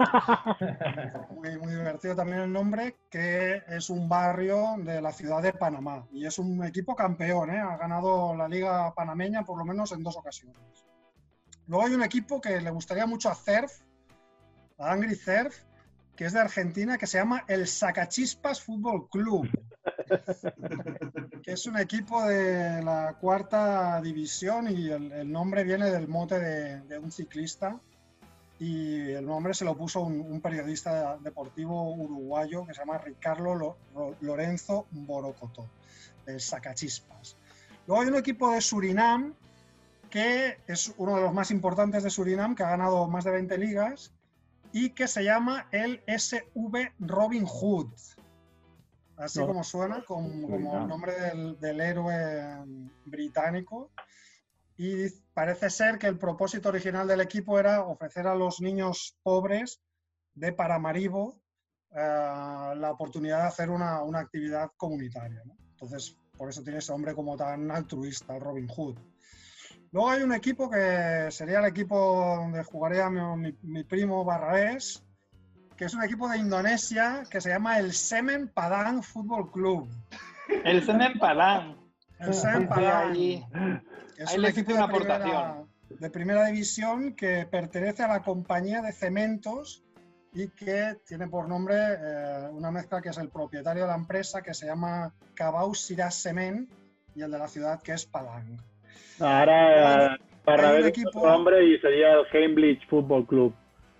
Muy divertido también el nombre, que es un barrio de la ciudad de Panamá. Y es un equipo campeón, ha ganado la liga panameña por lo menos en 2 ocasiones. Luego hay un equipo que le gustaría mucho a Cerf, a Angry Cerf, que es de Argentina, que se llama el Sacachispas Fútbol Club. Que es un equipo de la 4ª división y el nombre viene del mote de un ciclista y el nombre se lo puso un periodista deportivo uruguayo que se llama Ricardo Lorenzo Borocoto, el Sacachispas. Luego hay un equipo de Surinam que es uno de los más importantes de Surinam, que ha ganado más de 20 ligas y que se llama el SV Robin Hood. Así como suena, como el nombre del héroe británico. Y parece ser que el propósito original del equipo era ofrecer a los niños pobres de Paramaribo la oportunidad de hacer una actividad comunitaria, ¿no? Entonces, por eso tiene ese nombre como tan altruista, Robin Hood. Luego hay un equipo que sería el equipo donde jugaría mi primo Barrabés, que es un equipo de Indonesia que se llama el Semen Padang Fútbol Club. El Semen Padang. El Semen Padang. Ahí Es un equipo de primera división que pertenece a la compañía de cementos y que tiene por nombre una mezcla que es el propietario de la empresa, que se llama Cabau Sirah Cement, y el de la ciudad, que es Padang. Ahora Barrabés es otro nombre y sería el Cambridge Football Club.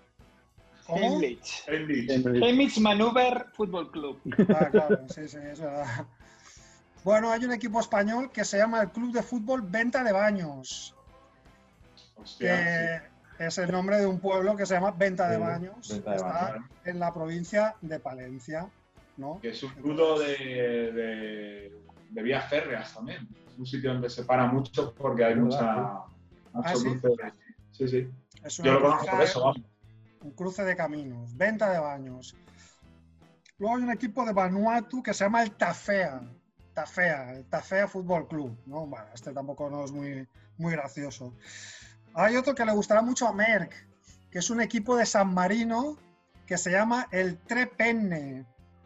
Cambridge Maneuver Fútbol Club. Claro, sí, es verdad. Bueno, hay un equipo español que se llama el Club de Fútbol Venta de Baños. Hostia, que es el nombre de un pueblo que se llama Venta de Baños. Está en la provincia de Palencia, ¿no? Que es un nudo de vías férreas también. Es un sitio donde se para mucho porque hay mucho cruce. Sí. Yo lo conozco por eso, vamos. Un cruce de caminos, Venta de Baños. Luego hay un equipo de Vanuatu que se llama el Tafea, el Tafea Fútbol Club, ¿no? Bueno, este tampoco no es muy gracioso. Hay otro que le gustará mucho a Merck, que es un equipo de San Marino que se llama el Trepenne.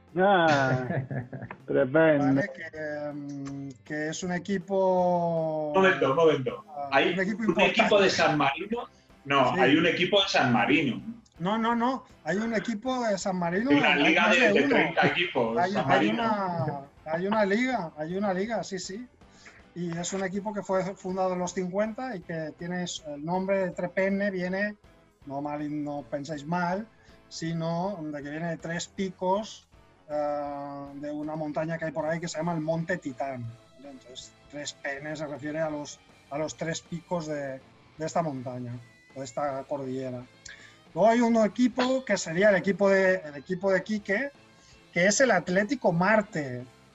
Trepenne. ¿Vale? Que es un equipo... Momento. ¿Hay un equipo de San Marino? No, sí. Hay un equipo de San Marino. No. Hay un equipo de San Marino. Hay una liga de 30 equipos. Hay una liga, sí. Y es un equipo que fue fundado en los 50 y que tiene el nombre de Trepenne, viene, no penséis mal, sino de que viene de 3 picos de una montaña que hay por ahí que se llama el Monte Titán. Entonces, Trepenne se refiere a los 3 picos de esta montaña, o de esta cordillera. Luego hay un equipo que sería el equipo de Quique, que es el Atlético Marte.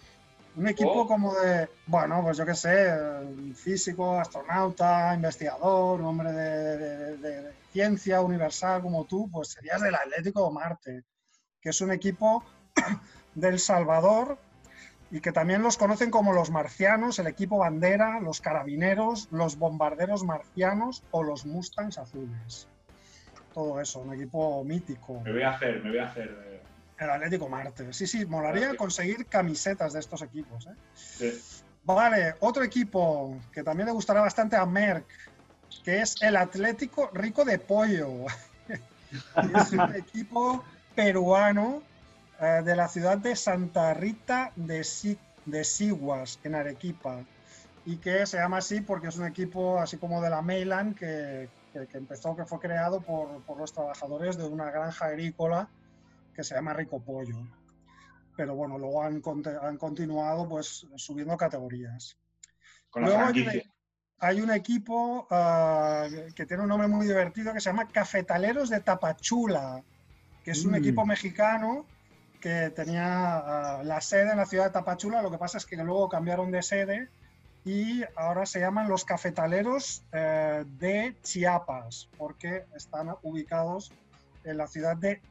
Un equipo como de, bueno, pues yo qué sé, físico, astronauta, investigador, un hombre de ciencia universal como tú, pues serías del Atlético de Marte, que es un equipo del Salvador y que también los conocen como los marcianos, el equipo bandera, los carabineros, los bombarderos marcianos o los Mustangs azules. Todo eso, un equipo mítico. Me voy a hacer. El Atlético Marte. Sí, molaría conseguir camisetas de estos equipos, ¿eh? Sí. Vale, otro equipo que también le gustará bastante a Merck, que es el Atlético Rico de Pollo. Es un equipo peruano de la ciudad de Santa Rita de Siguas, en Arequipa, y que se llama así porque es un equipo así como de la Meylan que fue creado por los trabajadores de una granja agrícola que se llama Rico Pollo. Pero bueno, luego han continuado pues subiendo categorías. Con la Luego franquicia. hay un equipo que tiene un nombre muy divertido que se llama Cafetaleros de Tapachula, que es un equipo mexicano que tenía la sede en la ciudad de Tapachula. Lo que pasa es que luego cambiaron de sede y ahora se llaman los Cafetaleros de Chiapas, porque están ubicados en la ciudad de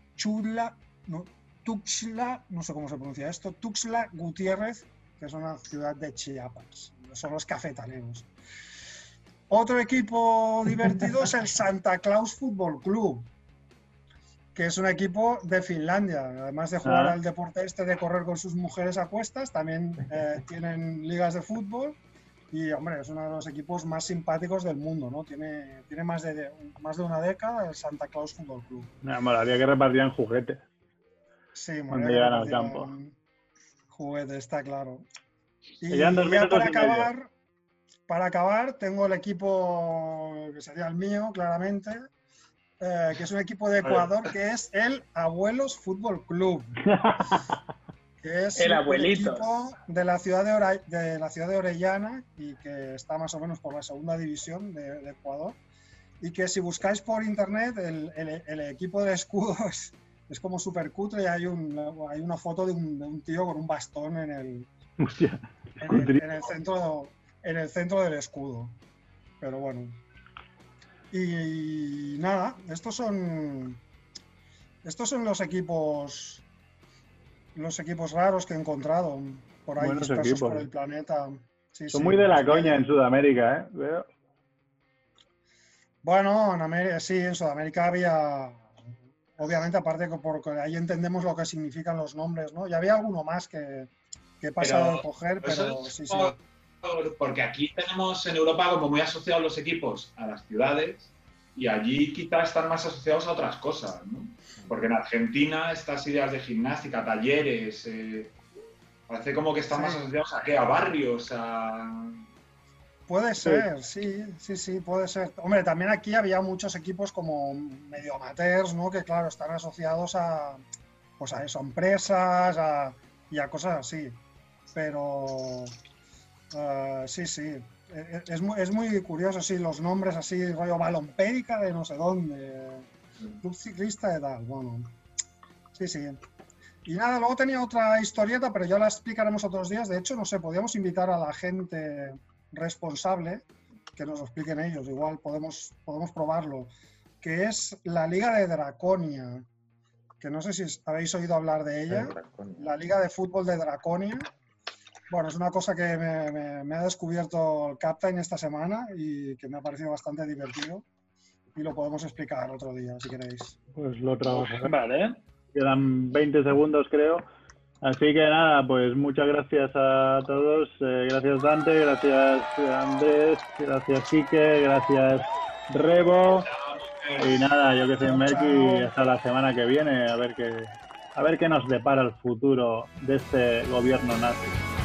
Tuxtla, no sé cómo se pronuncia esto, Tuxtla Gutiérrez, que es una ciudad de Chiapas. Son los Cafetaleros. Otro equipo divertido es el Santa Claus Fútbol Club, que es un equipo de Finlandia. Además de jugar al deporte de correr con sus mujeres a cuestas, también tienen ligas de fútbol. Y, hombre, es uno de los equipos más simpáticos del mundo, ¿no? Tiene más de una década el Santa Claus Fútbol Club. Me molaría que repartieran juguetes. Sí, cuando llegan al campo. Juguetes, está claro. Y ya para acabar, tengo el equipo que sería el mío, claramente, que es un equipo de Ecuador, que es el Abuelos Fútbol Club. Que es el un Abuelitos. equipo de la ciudad de Orellana y que está más o menos por la segunda división de Ecuador. Y que si buscáis por internet, el equipo de escudo es como súper cutre y hay una foto de un tío con un bastón en el centro del escudo. Pero bueno. Y nada, estos son los equipos raros que he encontrado por ahí Buenos dispersos equipos. por el planeta. Son muy de la coña en Sudamérica, ¿eh? Veo. Bueno, en Sudamérica había, obviamente, aparte porque ahí entendemos lo que significan los nombres, ¿no? Y había alguno más que he pasado a coger, pero sí. Porque aquí tenemos en Europa como muy asociados los equipos a las ciudades y allí quizás están más asociados a otras cosas, ¿no? Porque en Argentina estas ideas de gimnástica, talleres, parece como que están más asociados a barrios, Puede ser, sí, puede ser. Hombre, también aquí había muchos equipos como medio amateurs, ¿no? Que claro, están asociados a eso, a empresas y a cosas así. Pero sí. Es muy curioso, sí, los nombres así, rollo balompédica de no sé dónde, club ciclista de tal, bueno. Sí. Y nada, luego tenía otra historieta, pero ya la explicaremos otros días. De hecho, no sé, podríamos invitar a la gente responsable que nos lo expliquen ellos, igual podemos probarlo, que es la Liga de Draconia, que no sé si habéis oído hablar de ella, la Liga de Fútbol de Draconia. Bueno, es una cosa que me ha descubierto el Captain esta semana y que me ha parecido bastante divertido y lo podemos explicar otro día, si queréis. Pues lo trabajaré. Vale. Quedan 20 segundos, creo. Así que nada, pues muchas gracias a todos. Gracias Dante, gracias Andrés, gracias Quique, gracias Rebo. Y nada, yo que soy Merky, hasta la semana que viene, a ver qué nos depara el futuro de este gobierno nazi.